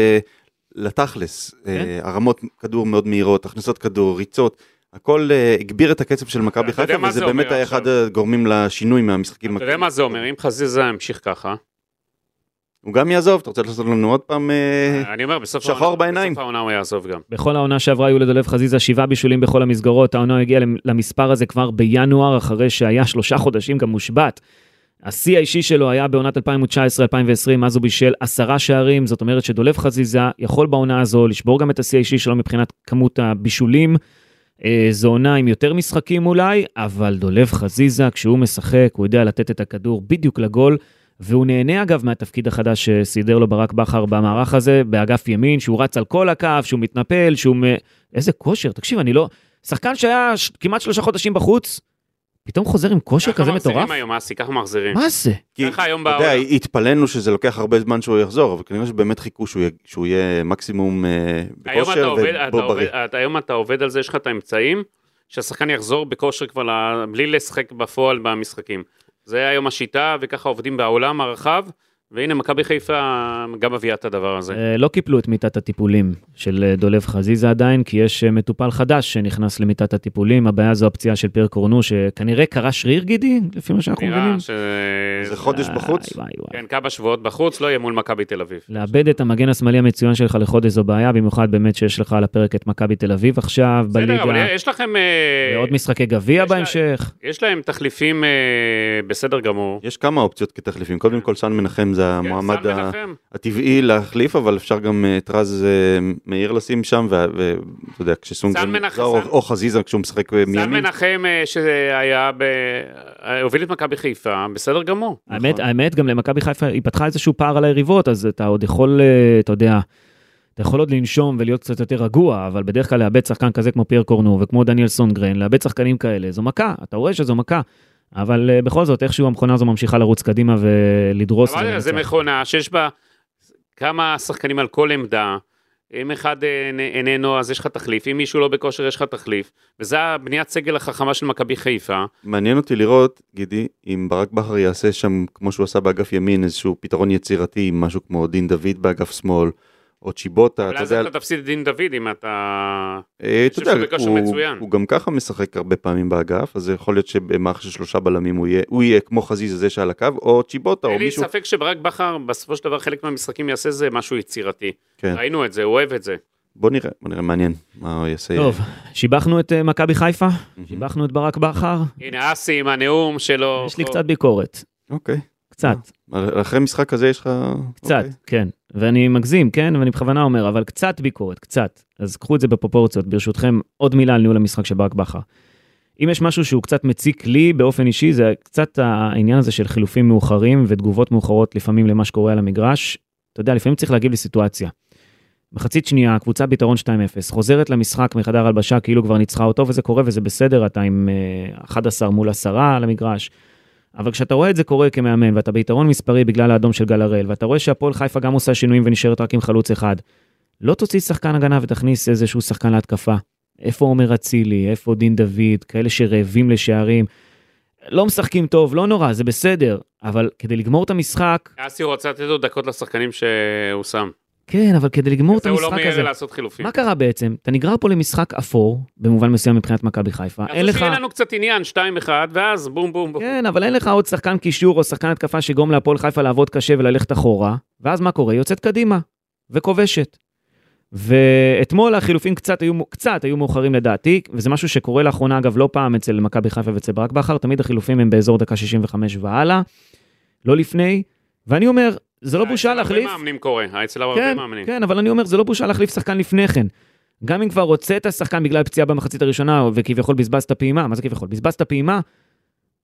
לתכלס, הרמות כדור מאוד מהירות, הכנסות כדור, ריצות, הכל הגביר את הקצב של מכבי חיפה, וזה באמת היה אחד הגורמים לשינוי מהמשחקים. אתה יודע מה זה אומר, אם חזיזה המשיך ככה, הוא גם יעזוב, אתה רוצה לעשות לנו עוד פעם אני אומר, בסוף העונה הוא יעזוב גם. בכל העונה שעברה היו לדולב חזיזה 7 בישולים בכל המסגרות, העונה הגיעה למספר הזה כבר בינואר, אחרי שהיה 3 חודשים גם מושבת. השיא האישי שלו היה בעונת 2019-2020, אז הוא בישל 10 שערים, זאת אומרת שדולב חזיזה יכול בעונה הזו לשבור גם את השיא האישי שלו מבחינת כמות הבישולים, זו עונה עם יותר משחקים אולי, אבל דולב חזיזה כשהוא משחק, הוא יודע לתת את הכדור בדיוק לגול, והוא נהנה אגב מהתפקיד החדש שסידר לו ברק בכר במערך הזה, באגף ימין, שהוא רץ על כל הקו, שהוא מתנפל, איזה כושר, תקשיב, אני לא... שחקן שהיה כמעט 3 חודשים בחוץ, פתאום חוזר עם כושר כזה מטורף. ככה מחזירים. מה זה? ככה היום אתה יודע, התפלנו שזה לוקח הרבה זמן שהוא יחזור, אבל כנראה שבאמת חיכו שהוא יהיה מקסימום בכושר ובו בריא. היום אתה עובד על זה, יש לך את האמצעים, שהשחקן יחזור בכושר כבר בלי לשחק בפועל במשחקים. זה היום השיטה, וככה עובדים בעולם הרחב, והנה מכבי חיפה גם מביאה את הדבר הזה. לא קיפלו את מיטת הטיפולים של דולב חזיזה עדיין, כי יש מטופל חדש שנכנס למיטת הטיפולים, הבעיה זו הפציעה של פייר קורנו, שכנראה קרה שריר גידי, לפי מה שאנחנו מבינים. זה חודש בחוץ? כן, כמה שבועות בחוץ, לא יהיה מול מכבי תל אביב. לאבד את המגן השמאלי המצוין שלך לחודש זו בעיה, במיוחד באמת שיש לך על הפרק את מכבי תל אביב עכשיו, בליגה. אבל יש לכם... ועוד משחקי גביע בהמשך. יש להם תחליפים בסדר גמור. יש כמה אופציות כתחליפים. קודם כל, סן מנחם זה המועמד הטבעי להחליף, אבל אפשר גם את רז מאיר לשים שם, ואתה יודע, כשסונגרן או חזיזה כשהוא משחק מימין. סן מנחם שהיה, הוביל את מכבי חיפה, בסדר גמור. האמת, גם למכבי חיפה, היא פתחה איזשהו פער על היריבות, אז אתה עוד יכול, אתה יודע, אתה יכול עוד לנשום ולהיות קצת יותר רגוע, אבל בדרך כלל לאבד שחקן כזה כמו פייר קורנו וכמו דניאל סונגרן, לאבד שחקנים כאלה, זו מכה, אתה רואה שזו מכה. אבל בכל זאת, איכשהו המכונה הזו ממשיכה לרוץ קדימה ולדרוס. אבל זה מכונה שיש בה כמה שחקנים על כל עמדה, אם אחד איננו, אז יש לך תחליף, אם מישהו לא בכושר, יש לך תחליף, וזה הבניית סגל החכמה של מכבי חיפה. מעניין אותי לראות, גידי, אם ברק בכר יעשה שם, כמו שהוא עשה באגף ימין, איזשהו פתרון יצירתי, משהו כמו דין דוד באגף שמאל, או צ'יבוטה. אבל אז אתה תפסיד דין דוד אם אתה... אתה יודע, הוא גם ככה משחק הרבה פעמים באגף, אז יכול להיות שבמערך של 3 בלמים הוא יהיה כמו חזיזה זה שעל הקו, או צ'יבוטה, או מישהו... אין לי ספק שברק בכר, בסופו של דבר חלק מהמשחקים יעשה זה משהו יצירתי. ראינו את זה, הוא אוהב את זה. בוא נראה, מעניין מה הוא יעשה. טוב, שיבחנו את מכבי חיפה, שיבחנו את ברק בכר. הנה אסי עם הנאום שלו. יש לי קצת ביקורת. אוקיי. קצת. אחרי משחק כזה יש לך... קצת, כן. ואני מגזים, כן? ואני בכוונה אומר, אבל קצת ביקורת, קצת. אז קחו את זה בפרופורציות. ברשותכם, עוד מילה על ניהול המשחק של ברק בכר. אם יש משהו שהוא קצת מציק לי באופן אישי, זה קצת העניין הזה של חילופים מאוחרים ותגובות מאוחרות לפעמים למה שקורה על המגרש. אתה יודע, לפעמים צריך להגיב לסיטואציה. מחצית שנייה, קבוצה ביתרון 2-0, חוזרת למשחק מחדר הלבשה, כאילו כבר ניצחה אותו, וזה קורה וזה בסדר, אתה עם 11 מול 10 על המגרש. אבל כשאתה רואה את זה קורה כמאמן, ואתה ביתרון מספרי בגלל האדום של גל הראל, ואתה רואה שהפועל חיפה גם עושה שינויים ונשארת רק עם חלוץ אחד, לא תוציא שחקן הגנה ותכניס איזשהו שחקן להתקפה. איפה עומר אצילי, איפה דין דוד, כאלה שרעבים לשערים, לא משחקים טוב, לא נורא, זה בסדר, אבל כדי לגמור את המשחק... אסי רוצה לתת לו דקות לשחקנים שהוא שם. כן, אבל כדי לגמור את המשחק הזה... הוא לא מהיר לעשות חילופים. מה קרה בעצם? אתה נגרר פה למשחק אפור, במובן מסוים מבחינת מכבי חיפה. אז שיהיה לנו קצת עניין, 2-1, ואז בום בום בום. כן, אבל אין לך עוד שחקן קישור או שחקן התקפה שגורם להפועל חיפה לעבוד קשה וללכת אחורה, ואז מה קורה? יוצאת קדימה, וכובשת. ואתמול החילופים קצת היו מאוחרים לדעתי, וזה משהו שקורה לאחרונה, אגב, לא פעם אצל מכבי חיפה ואצל ברק בכר, תמיד החילופים הם באזור דקה 65 והלאה, לא לפני, ואני אומר, זה לא בושה להחליף. הרבה מאמנים קורה, אצל הרבה מאמנים. כן, אבל אני אומר, זה לא בושה להחליף שחקן לפני כן. גם אם כבר רוצה את השחקן בגלל פציעה במחצית הראשונה, וכביכול בזבז את הפעימה, מה זה כביכול? בזבז את הפעימה,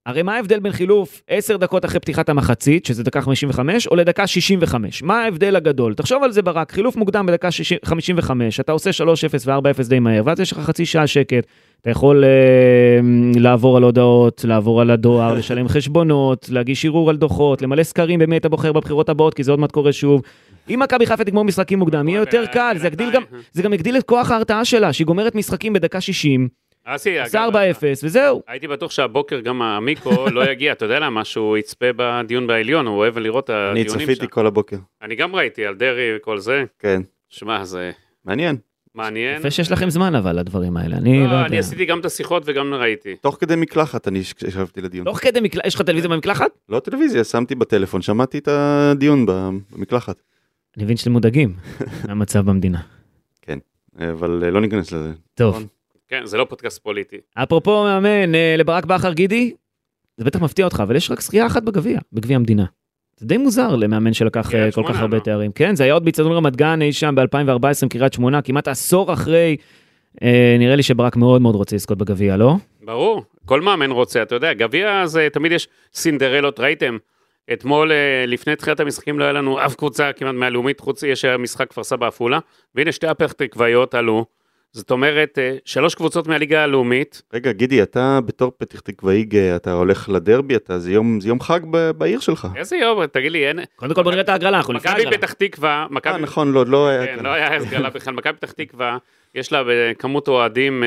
הרי מה ההבדל בין חילוף 10 דקות אחרי פתיחת המחצית, שזה דקה 55, או לדקה 65? מה ההבדל הגדול? תחשוב על זה ברק, חילוף מוקדם בדקה 55, אתה עושה 3-0 ו-4-0 די מהר, ואז יש לך חצי שעה שקט, אתה יכול לעבור על הודעות, לעבור על הדואר, לשלם חשבונות, להגיש ערעור על דוחות, למלא סקרים במי אתה בוחר בבחירות הבאות, כי זה עוד מעט קורה שוב. אם מכבי חיפה תגמור משחקים מוקדם, יהיה יותר קל, זה גם יגדיל את כוח ההרתעה שלה, שהיא גומרת משחקים בדקה 60, עשה 4-0 וזהו. הייתי בטוח שהבוקר גם המיקו לא יגיע, אתה יודע למה, שהוא יצפה בדיון בעליון, הוא אוהב לראות את הדיונים שם. אני צפיתי כל הבוקר. אני גם ראיתי על דרי וכל זה. כן. שמע, זה מעניין. מעניין. יפה שיש לכם זמן אבל לדברים האלה, אני לא יודע. אני עשיתי גם את השיחות וגם ראיתי. תוך כדי מקלחת אני ישבתי לדיון. תוך כדי מקלחת, יש לך טלוויזיה במקלחת? לא טלוויזיה, שמתי בטלפון, שמעתי את הדיון במקלחת. אני מבין שאתם מודאגים מהמצב במדינה. כן, אבל לא ניכנס לזה. טוב. כן, זה לא פודקאסט פוליטי. אפרופו מאמן, לברק בכר גידי, זה בטח מפתיע אותך, אבל יש רק זכייה אחת בגביע המדינה. זה די מוזר למאמן שלקח כל כך הרבה תארים. כן, זה היה עוד באצטדיון רמת גן, אי שם ב-2014 קריית שמונה, כמעט עשור אחרי, נראה לי שברק מאוד מאוד רוצה לזכות בגביע, לא? ברור, כל מאמן רוצה, אתה יודע, גביע זה תמיד יש סינדרלות, ראיתם? אתמול לפני תחילת המשחקים לא היה לנו אף קבוצה כמעט מהלאומית, חוץ יש משחק כפר סבא עפולה, והנה שתי הפך תקוויות עלו, זאת אומרת, 3 קבוצות מהליגה הלאומית. רגע, גידי, אתה בתור פתח תקוואי, אתה הולך לדרבי, זה יום חג בעיר שלך. איזה יום, תגיד לי, אין... קודם כל בוא נראה את ההגרלה, אנחנו לפני ההגרלה. מכבי פתח תקווה... נכון, לא היה... כן, לא היה הגרלה בכלל. מכבי פתח תקווה, יש לה כמות אוהדים...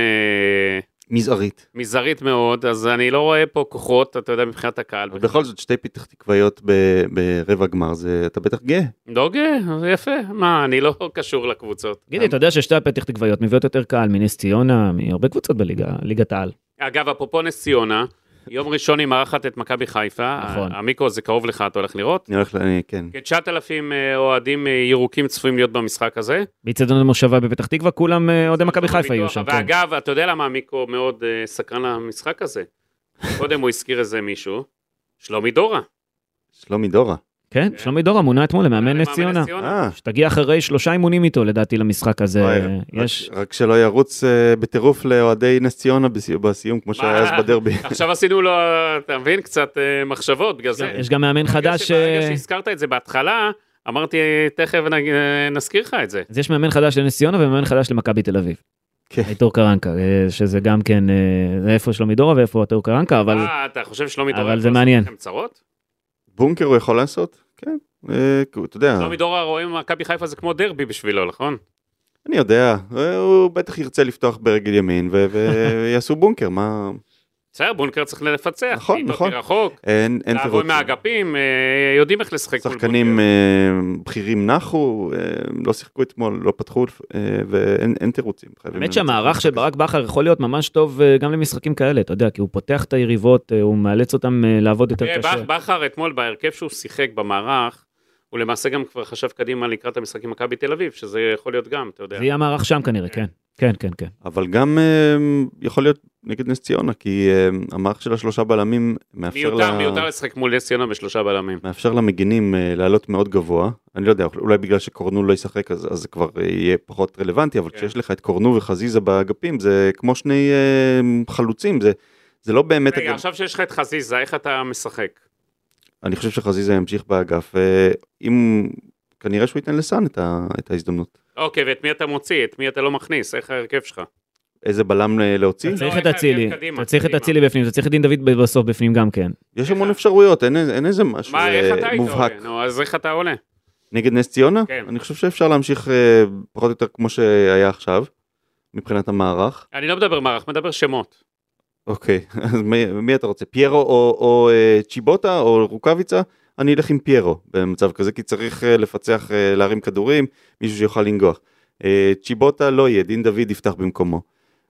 מזערית מאוד, אז אני לא רואה פה כוחות, אתה יודע, מבחינת הקהל. בכל זאת, 2 פתח תקוויות ברבע גמר, אתה בטח גאה. לא גאה, זה יפה. מה, אני לא קשור לקבוצות. גידי, אתה יודע ששתי הפתח תקוויות מביאות יותר קהל מנס ציונה, מהרבה קבוצות בליגת העל. אגב, אפרופו נס ציונה, יום ראשון היא מארחת את מכבי חיפה, נכון. המיקרו זה קרוב לך, אתה הולך לראות? אני הולך, כן. כ-9,000 אוהדים ירוקים צפויים להיות במשחק הזה. באצטדיון המושבה בפתח תקווה, כולם אוהדי מכבי חיפה יהיו שם. ואגב, אתה יודע למה המיקרו מאוד סקרן למשחק הזה? קודם הוא הזכיר איזה מישהו, שלומי דורה. שלומי דורה. כן, שלומי דורה מונה אתמול למאמן נס ציונה. שתגיע אחרי 3 אימונים איתו, לדעתי, למשחק הזה. רק שלא ירוץ בטירוף לאוהדי נס ציונה בסיום, כמו שהיה אז בדרבי. עכשיו עשינו לו, אתה מבין, קצת מחשבות, בגלל זה. יש גם מאמן חדש... ברגע שהזכרת את זה בהתחלה, אמרתי, תכף נזכיר לך את זה. אז יש מאמן חדש לנס ציונה ומאמן חדש למכבי תל אביב. כן. טור קרנקה, שזה גם כן, איפה שלומי דורה ואיפה טור קרנקה, אבל... אתה חושב שלומי דורה... אבל זה מעניין. בונקר הוא יכול לעשות? כן, אתה יודע. שלומי דורה רואים מכבי חיפה זה כמו דרבי בשבילו, נכון? אני יודע, הוא בטח ירצה לפתוח ברגל ימין ויעשו בונקר, מה... בסדר, בונקר צריך לפצח, נכון, נכון. רחוק, לעבוד מהאגפים, יודעים איך לשחק. שחקנים בכירים נחו, לא שיחקו אתמול, לא פתחו, ואין תירוצים. האמת שהמערך של ברק בכר יכול להיות ממש טוב גם למשחקים כאלה, אתה יודע, כי הוא פותח את היריבות, הוא מאלץ אותם לעבוד יותר קשה. בכר אתמול בהרכב שהוא שיחק במערך, הוא למעשה גם כבר חשב קדימה לקראת המשחקים מכבי תל אביב, שזה יכול להיות גם, אתה יודע. זה יהיה המערך שם כנראה, כן. כן, כן, כן. אבל גם יכול להיות נגד נס ציונה, כי המערך של 3 בלמים מאפשר מיותר לשחק מול נס ציונה ב3 בלמים. מאפשר למגינים לעלות מאוד גבוה. אני לא יודע, אולי בגלל שקורנו לא ישחק, אז זה כבר יהיה פחות רלוונטי, אבל כשיש לך את קורנו וחזיזה באגפים, זה כמו 2 חלוצים, זה לא באמת... רגע, עכשיו שיש לך את חזיזה, איך אתה משחק? אני חושב שחזיזה ימשיך באגף, אם כנראה שהוא ייתן לסן את ההזדמנות. אוקיי, ואת מי אתה מוציא? את מי אתה לא מכניס? איך ההרכב שלך? איזה בלם להוציא? אתה צריך את הצילי, אתה צריך את הצילי בפנים, אתה צריך את דין דוד בסוף בפנים גם כן. יש המון אפשרויות, אין איזה משהו מובהק. אז איך אתה עולה? נגד נס ציונה? כן. אני חושב שאפשר להמשיך פחות או יותר כמו שהיה עכשיו, מבחינת המערך. אני לא מדבר מערך, מדבר שמות. אוקיי, אז מי אתה רוצה? פיירו או צ'יבוטה או רוקביצה? אני אלך עם פיירו במצב כזה, כי צריך לפצח, להרים כדורים, מישהו שיוכל לנגוח. צ'יבוטה לא יהיה, דין דוד יפתח במקומו.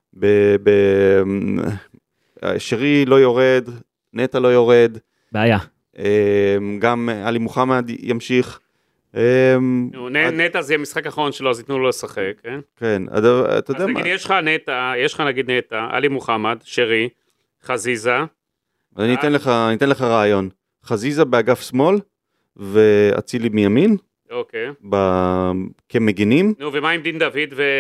שרי לא יורד, נטה לא יורד. בעיה. גם עלי מוחמד ימשיך. נטה זה המשחק האחרון שלו, אז ייתנו לו לשחק, כן? כן, אתה יודע מה. אז יש לך נגיד נטה, עלי מוחמד, שרי, חזיזה. אני אתן לך רעיון. חזיזה באגף שמאל, ואצילי מימין. אוקיי. כמגינים. נו, ומה עם דין דוד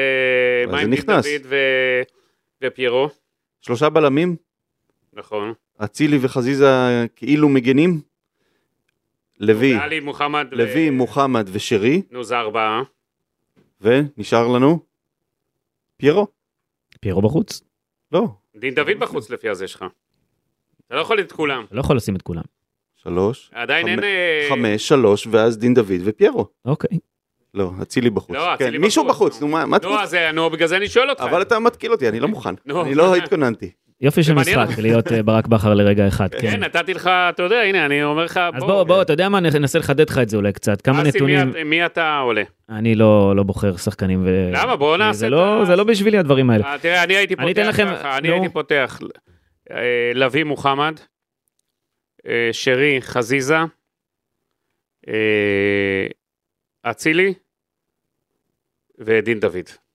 ופיירו? 3 בלמים. נכון. אצילי וחזיזה כאילו מגנים. לוי, עלי, מוחמד. לוי, מוחמד ושרי, נו, זה 4. ונשאר לנו פיירו. פיירו בחוץ. לא. דין דוד בחוץ לפי הזה שלך. אתה לא יכול את כולם. אתה לא יכול לשים את כולם. 3. עדיין אין... 5, 3, ואז דין דוד ופיירו. אוקיי. לא, אצילי בחוץ. לא, אצילי בחוץ. מישהו בחוץ, נו מה נו, בגלל זה אני שואל אותך. אבל אתה מתקיל אותי, אני לא מוכן. נו. אני לא התכוננתי. יופי של מעניין. משחק, להיות ברק בכר לרגע אחד, כן. כן, נתתי לך, אתה יודע, הנה, אני אומר לך... אז בוא, אתה יודע מה, ננסה לחדד לך את זה אולי קצת. כמה אסי, נתונים... מי אתה עולה? אני לא בוחר שחקנים ו... למה? בואו נעשה זה לא בשבילי הדברים האלה. תראה, אני הייתי אני אתן פותח לכם- ככה, אני נו. הייתי פותח לוי מוחמד, שרי חזיזה, אצילי ודין דוד.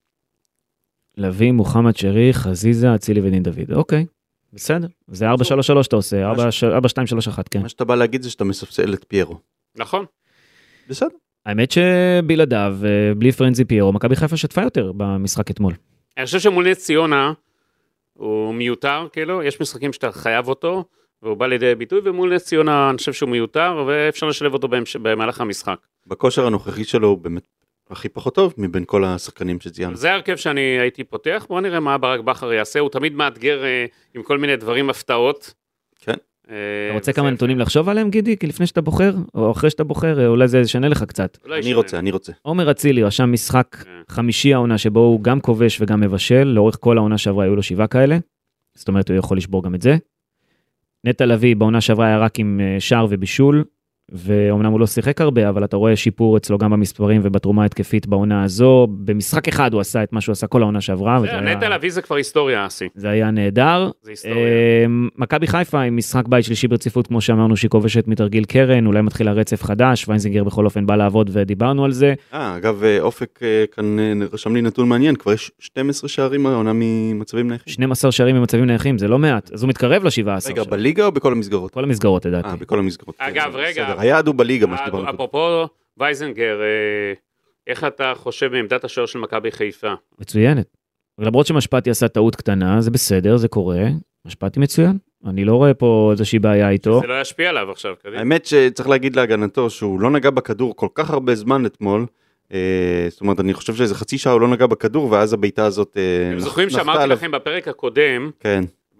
לוי, מוחמד שרי, חזיזה, אצילי ודין דוד. אוקיי, בסדר. זה 4-3-3 אתה עושה, 4-2-3-1, כן. מה שאתה בא להגיד זה שאתה מספסל את פיירו. נכון? בסדר. האמת שבלעדיו, בלי פרנזי פיירו, מכבי חיפה שטפה יותר במשחק אתמול. אני חושב שמול נס ציונה הוא מיותר, כאילו, יש משחקים שאתה חייב אותו, והוא בא לידי ביטוי, ומול נס ציונה אני חושב שהוא מיותר, ואפשר לשלב אותו במהלך המשחק. בכושר הנוכחי שלו הוא באמת הכי פחות טוב מבין כל השחקנים שציינו. זה הרכב שאני הייתי פותח, בואו נראה מה ברק בכר יעשה, הוא תמיד מאתגר עם כל מיני דברים, הפתעות. כן. אתה רוצה כמה נתונים לחשוב עליהם, גידי, כי לפני שאתה בוחר, או אחרי שאתה בוחר, אולי זה ישנה לך קצת. אני רוצה. עומר אצילי רשם משחק כן. חמישי העונה, שבו הוא גם כובש וגם מבשל, לאורך כל העונה שעברה היו לו 7 כאלה, זאת אומרת הוא יכול לשבור גם את זה. נטע לביא בעונה שעברה היה רק עם שער ובישול, ואומנם הוא לא שיחק הרבה, אבל אתה רואה שיפור אצלו גם במספרים ובתרומה התקפית בעונה הזו. במשחק אחד הוא עשה את מה שהוא עשה כל העונה שעברה. נטע לביא זה כבר היסטוריה, אסי. זה היה נהדר. זה היסטוריה. מכבי חיפה עם משחק בית שלישי ברציפות, כמו שאמרנו, שהיא כובשת מתרגיל קרן, אולי מתחילה רצף חדש, ויינזינגר בכל אופן בא לעבוד ודיברנו על זה. אגב, אופק כאן רשם לי נתון מעניין, כבר יש 12 שערים העונה ממצבים נייחים. 12 שערים במצבים נייחים, זה לא מעט, אז הוא מתקרב ל-17. רגע, בליגה או בכל המסגרות? כל המסגרות, לדעתי. בכל המסגרות. אגב, רגע. בסדר, היעד הוא בליגה, מה שדיברנו. אפרופו וייזנגר, איך אתה חושב בעמדת השוער של מכבי חיפה? מצוינת. למרות שמשפטי עשה טעות קטנה, זה בסדר, זה קורה. משפטי מצוין. אני לא רואה פה איזושהי בעיה איתו. זה לא ישפיע עליו עכשיו, קדימה. האמת שצריך להגיד להגנתו שהוא לא נגע בכדור כל כך הרבה זמן אתמול. זאת אומרת, אני חושב שאיזה חצי שעה הוא לא נגע בכדור, ואז הביתה הזאת אתם זוכרים שאמרתי לכם בפרק הקודם, כן.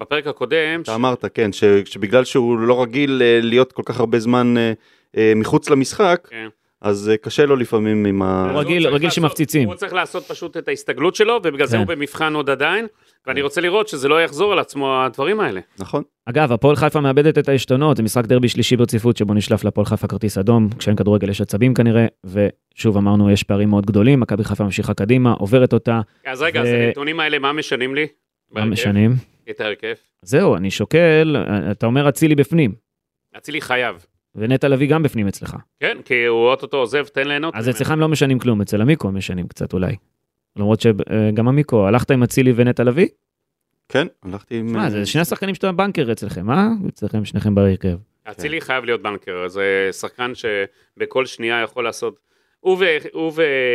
אתה אמרת, כן, שבגלל שהוא לא רגיל להיות כל כך הרבה זמן מחוץ למשחק, אז קשה לו לפעמים עם ה... הוא רגיל שמפציצים. הוא צריך לעשות פשוט את ההסתגלות שלו, ובגלל זה הוא במבחן עוד עדיין, ואני רוצה לראות שזה לא יחזור על עצמו הדברים האלה. נכון. אגב, הפועל חיפה מאבדת את העשתונות, זה משחק דרבי שלישי ברציפות, שבו נשלף לפועל חיפה כרטיס אדום, כשאין כדורגל יש עצבים כנראה, ושוב אמרנו, יש פערים מאוד גדולים, מכבי חיפה ממשיכה קדימה, עוברת אותה. אז רגע, אז הנתונים האלה, מה משנים לי? מה משנים? את ההרכב. זהו, אני שוקל, אתה אומר אצילי בפנים. אצילי חייב. ונטע לביא גם בפנים אצלך. כן, כי הוא אוטוטו עוזב, תן ליהנות. אז אצלך הם לא משנים כלום, אצל המיקו הם משנים קצת אולי. למרות שגם המיקו, הלכת עם אצילי ונטע לביא? כן, הלכתי עם... מה, זה שני השחקנים שאתה בנקר אצלכם, אה? אצלכם שניכם בהרכב. אצילי חייב להיות בנקר, זה שחקן שבכל שנייה יכול לעשות... הוא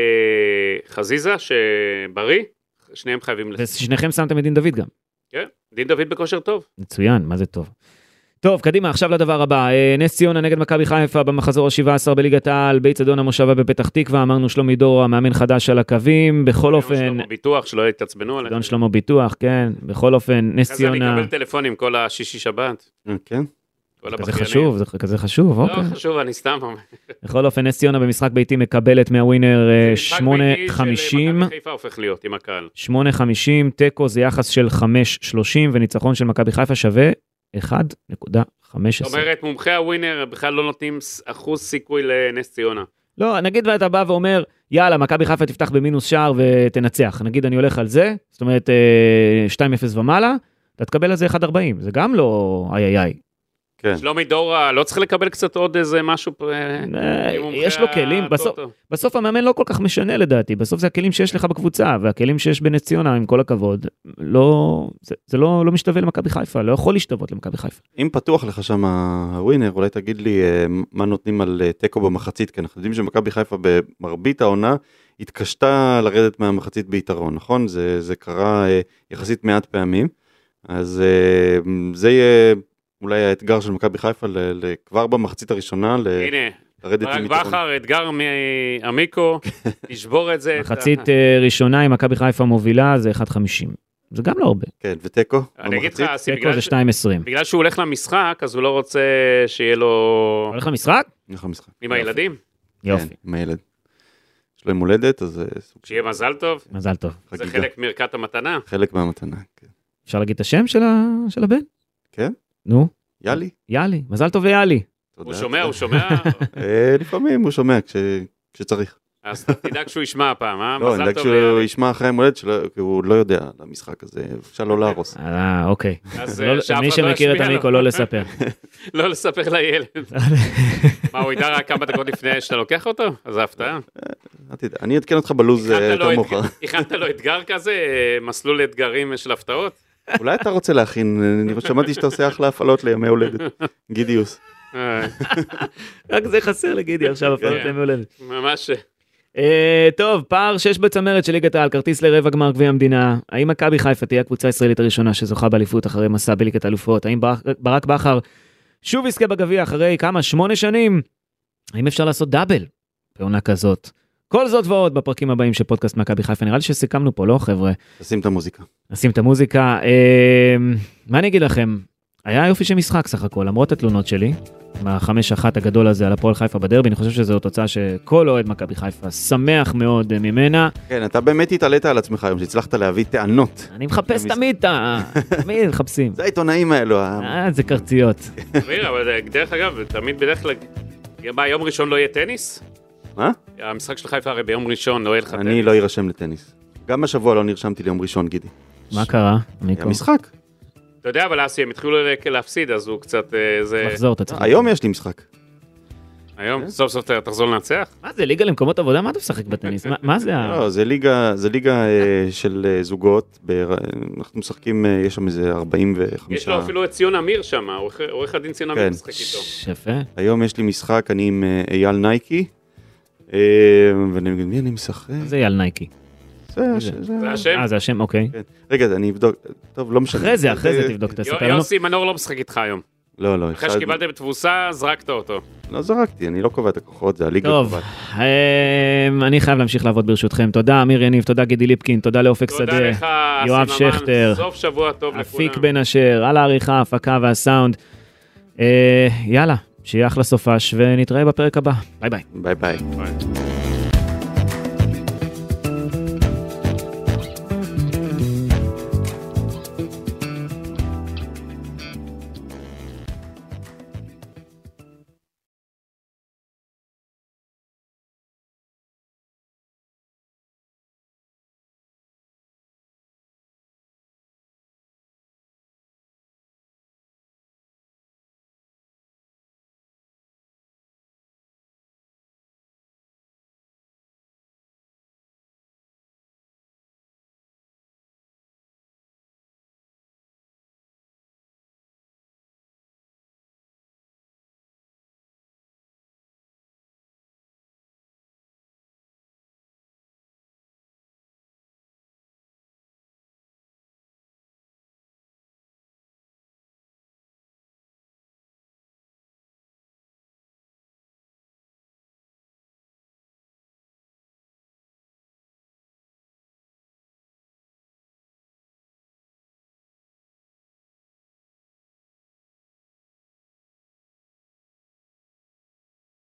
וחזיזה שבריא, שניהם חייבים... ושניכם שמתם את דין דוד גם. כן, דין דוד בכושר טוב. מצוין, מה זה טוב. טוב, קדימה, עכשיו לדבר הבא. נס ציונה נגד מכבי חיפה במחזור ה-17 בליגת העל, באצטדיון המושבה בפתח תקווה, אמרנו שלומי דור, המאמן חדש על הקווים, בכל אופן... שלמה ביטוח, שלא יתעצבנו עליהם. אצטדיון שלמה ביטוח, כן, בכל אופן, נס ציונה... כזה אני אקבל טלפונים כל השישי שבת. כן. כזה חשוב, זה כזה חשוב, אוקיי. לא חשוב, אני סתם אומר. בכל אופן, נס ציונה במשחק ביתי מקבלת מהווינר 8.50. מכבי חיפה הופך להיות עם הקהל. 8.50, טקו זה יחס של 5.30, וניצחון של מכבי חיפה שווה 1.15. זאת אומרת, מומחי הווינר בכלל לא נותנים אחוז סיכוי לנס ציונה. לא, נגיד ואתה בא ואומר, יאללה, מכבי חיפה תפתח במינוס שער ותנצח. נגיד אני הולך על זה, זאת אומרת 2-0 ומעלה, אתה תקבל על זה 1.40. זה גם לא איי. שלומי דור לא צריך לקבל קצת עוד איזה משהו? יש לו כלים, בסוף המאמן לא כל כך משנה לדעתי, בסוף זה הכלים שיש לך בקבוצה, והכלים שיש בנס ציונה, עם כל הכבוד, זה לא משתווה למכבי חיפה, לא יכול להשתוות למכבי חיפה. אם פתוח לך שם הווינר, אולי תגיד לי מה נותנים על טקו במחצית, כי אנחנו יודעים שמכבי חיפה במרבית העונה, התקשתה לרדת מהמחצית ביתרון, נכון? זה קרה יחסית מעט פעמים, אז זה יהיה אולי האתגר של מכבי חיפה כבר במחצית הראשונה, הנה, לרדת עם ברק יתרון. בכר, אתגר מעמיקו, תשבור את זה. מחצית ראשונה עם מכבי חיפה מובילה זה 1.50. זה גם לא הרבה. כן, ותיקו, אני אגיד לך, במחצית. אסי, תיקו זה 2.20. בגלל שהוא הולך למשחק, אז הוא לא רוצה שיהיה לו... הולך למשחק? הולך למשחק. עם הילדים, יופי, כן, עם הילד. יש לו יום הולדת, אז זה סוג של שיהיה מזל טוב. מזל טוב. זה חגיגה. חלק מרכת המתנה. חלק מהמתנה, כן. אפשר להגיד את השם של הבן? כן? נו, יאלי. יאלי, מזל טוב ליאלי. הוא שומע, הוא שומע, לפעמים הוא שומע כשצריך. אז תדאג שהוא ישמע הפעם, לא, מזל נדאג טוב שהוא ליאלי. ישמע אחרי יום הולדת שלו, כי הוא לא יודע על המשחק הזה, אפשר לא להרוס. אוקיי. אז לא- שאף מי אחד לא שמכיר את ישמיע לו. המיקרו לא לספר. לא לספר לילד. מה, הוא ידע רק כמה דקות לפני שאתה לוקח אותו? אז זה הפתעה. אל תדע, אני אעדכן אותך בלוז יותר מאוחר. הכנת לו אתגר כזה, מסלול אתגרים של הפתעות? אולי אתה רוצה להכין, אני שמעתי שאתה עושה אחלה הפעלות לימי הולדת. גידיוס. רק זה חסר לגידי עכשיו, הפעלות כן. ימי הולדת. ממש. טוב, פער 6 בצמרת של ליגת העל, כרטיס לרבע גמר גביע המדינה. האם מכבי חיפה תהיה הקבוצה הישראלית הראשונה שזוכה באליפות אחרי מסע בליגת האלופות? האם ברק בכר שוב יזכה בגביע אחרי כמה? 8 שנים? האם אפשר לעשות דאבל בעונה כזאת? כל זאת ועוד בפרקים הבאים של פודקאסט מכבי חיפה. נראה לי שסיכמנו פה, לא חבר'ה? תשים את המוזיקה. נשים את המוזיקה. מה אני אגיד לכם? היה יופי של משחק סך הכל, למרות התלונות שלי. ה-5-1 הגדול הזה על הפועל חיפה בדרבי, אני חושב שזו תוצאה שכל אוהד מכבי חיפה שמח מאוד ממנה. כן, אתה באמת התעלית על עצמך היום, שהצלחת להביא טענות. אני מחפש תמיד, תמיד מחפשים. זה העיתונאים האלו. זה קרציות. אבל דרך אגב, תמיד בדרך כלל, מה, יום ראשון לא יהיה טניס? מה? המשחק של חיפה הרי ביום ראשון לא יהיה לך טניס. אני לא ארשם לטניס. גם השבוע לא נרשמתי ליום ראשון, גידי. מה קרה? מיקו? המשחק. אתה יודע, אבל אסי, הם התחילו להפסיד, אז הוא קצת... לחזור, אתה צריך. היום יש לי משחק. היום, סוף סוף תחזור לנצח? מה זה, ליגה למקומות עבודה? מה אתה משחק בטניס? מה זה? לא, זה ליגה של זוגות. אנחנו משחקים, יש שם איזה 45... יש לו אפילו את ציון אמיר שם, עורך הדין ציון אמיר כן. משחק איתו. יפה. היום יש לי משחק, אני עם אייל נייקי. ואני מגיד, מי אני משחק? זה יהיה על נייקי. זה זה השם? זה השם, אוקיי. כן. רגע, אני אבדוק. טוב, לא משנה. אחרי זה תבדוק, תספר לנו. יוסי מנור לא משחק איתך היום. לא. אחרי שקיבלתם תבוסה, זרקת אותו. לא זרקתי, אני לא קובע את הכוחות, זה הליגה טוב, קובעת. אני חייב להמשיך לעבוד ברשותכם. תודה אמיר יניב, תודה גידי ליפקין, תודה לאופק תודה שדה, לך, יואב אסי ממן. שכטר, סוף שבוע טוב לכולם. אפיק בן אשר, על העריכה, ההפקה והסאונד. יאללה, שיהיה אחלה סופש ונתראה בפרק הבא. ביי ביי. ביי ביי. ביי.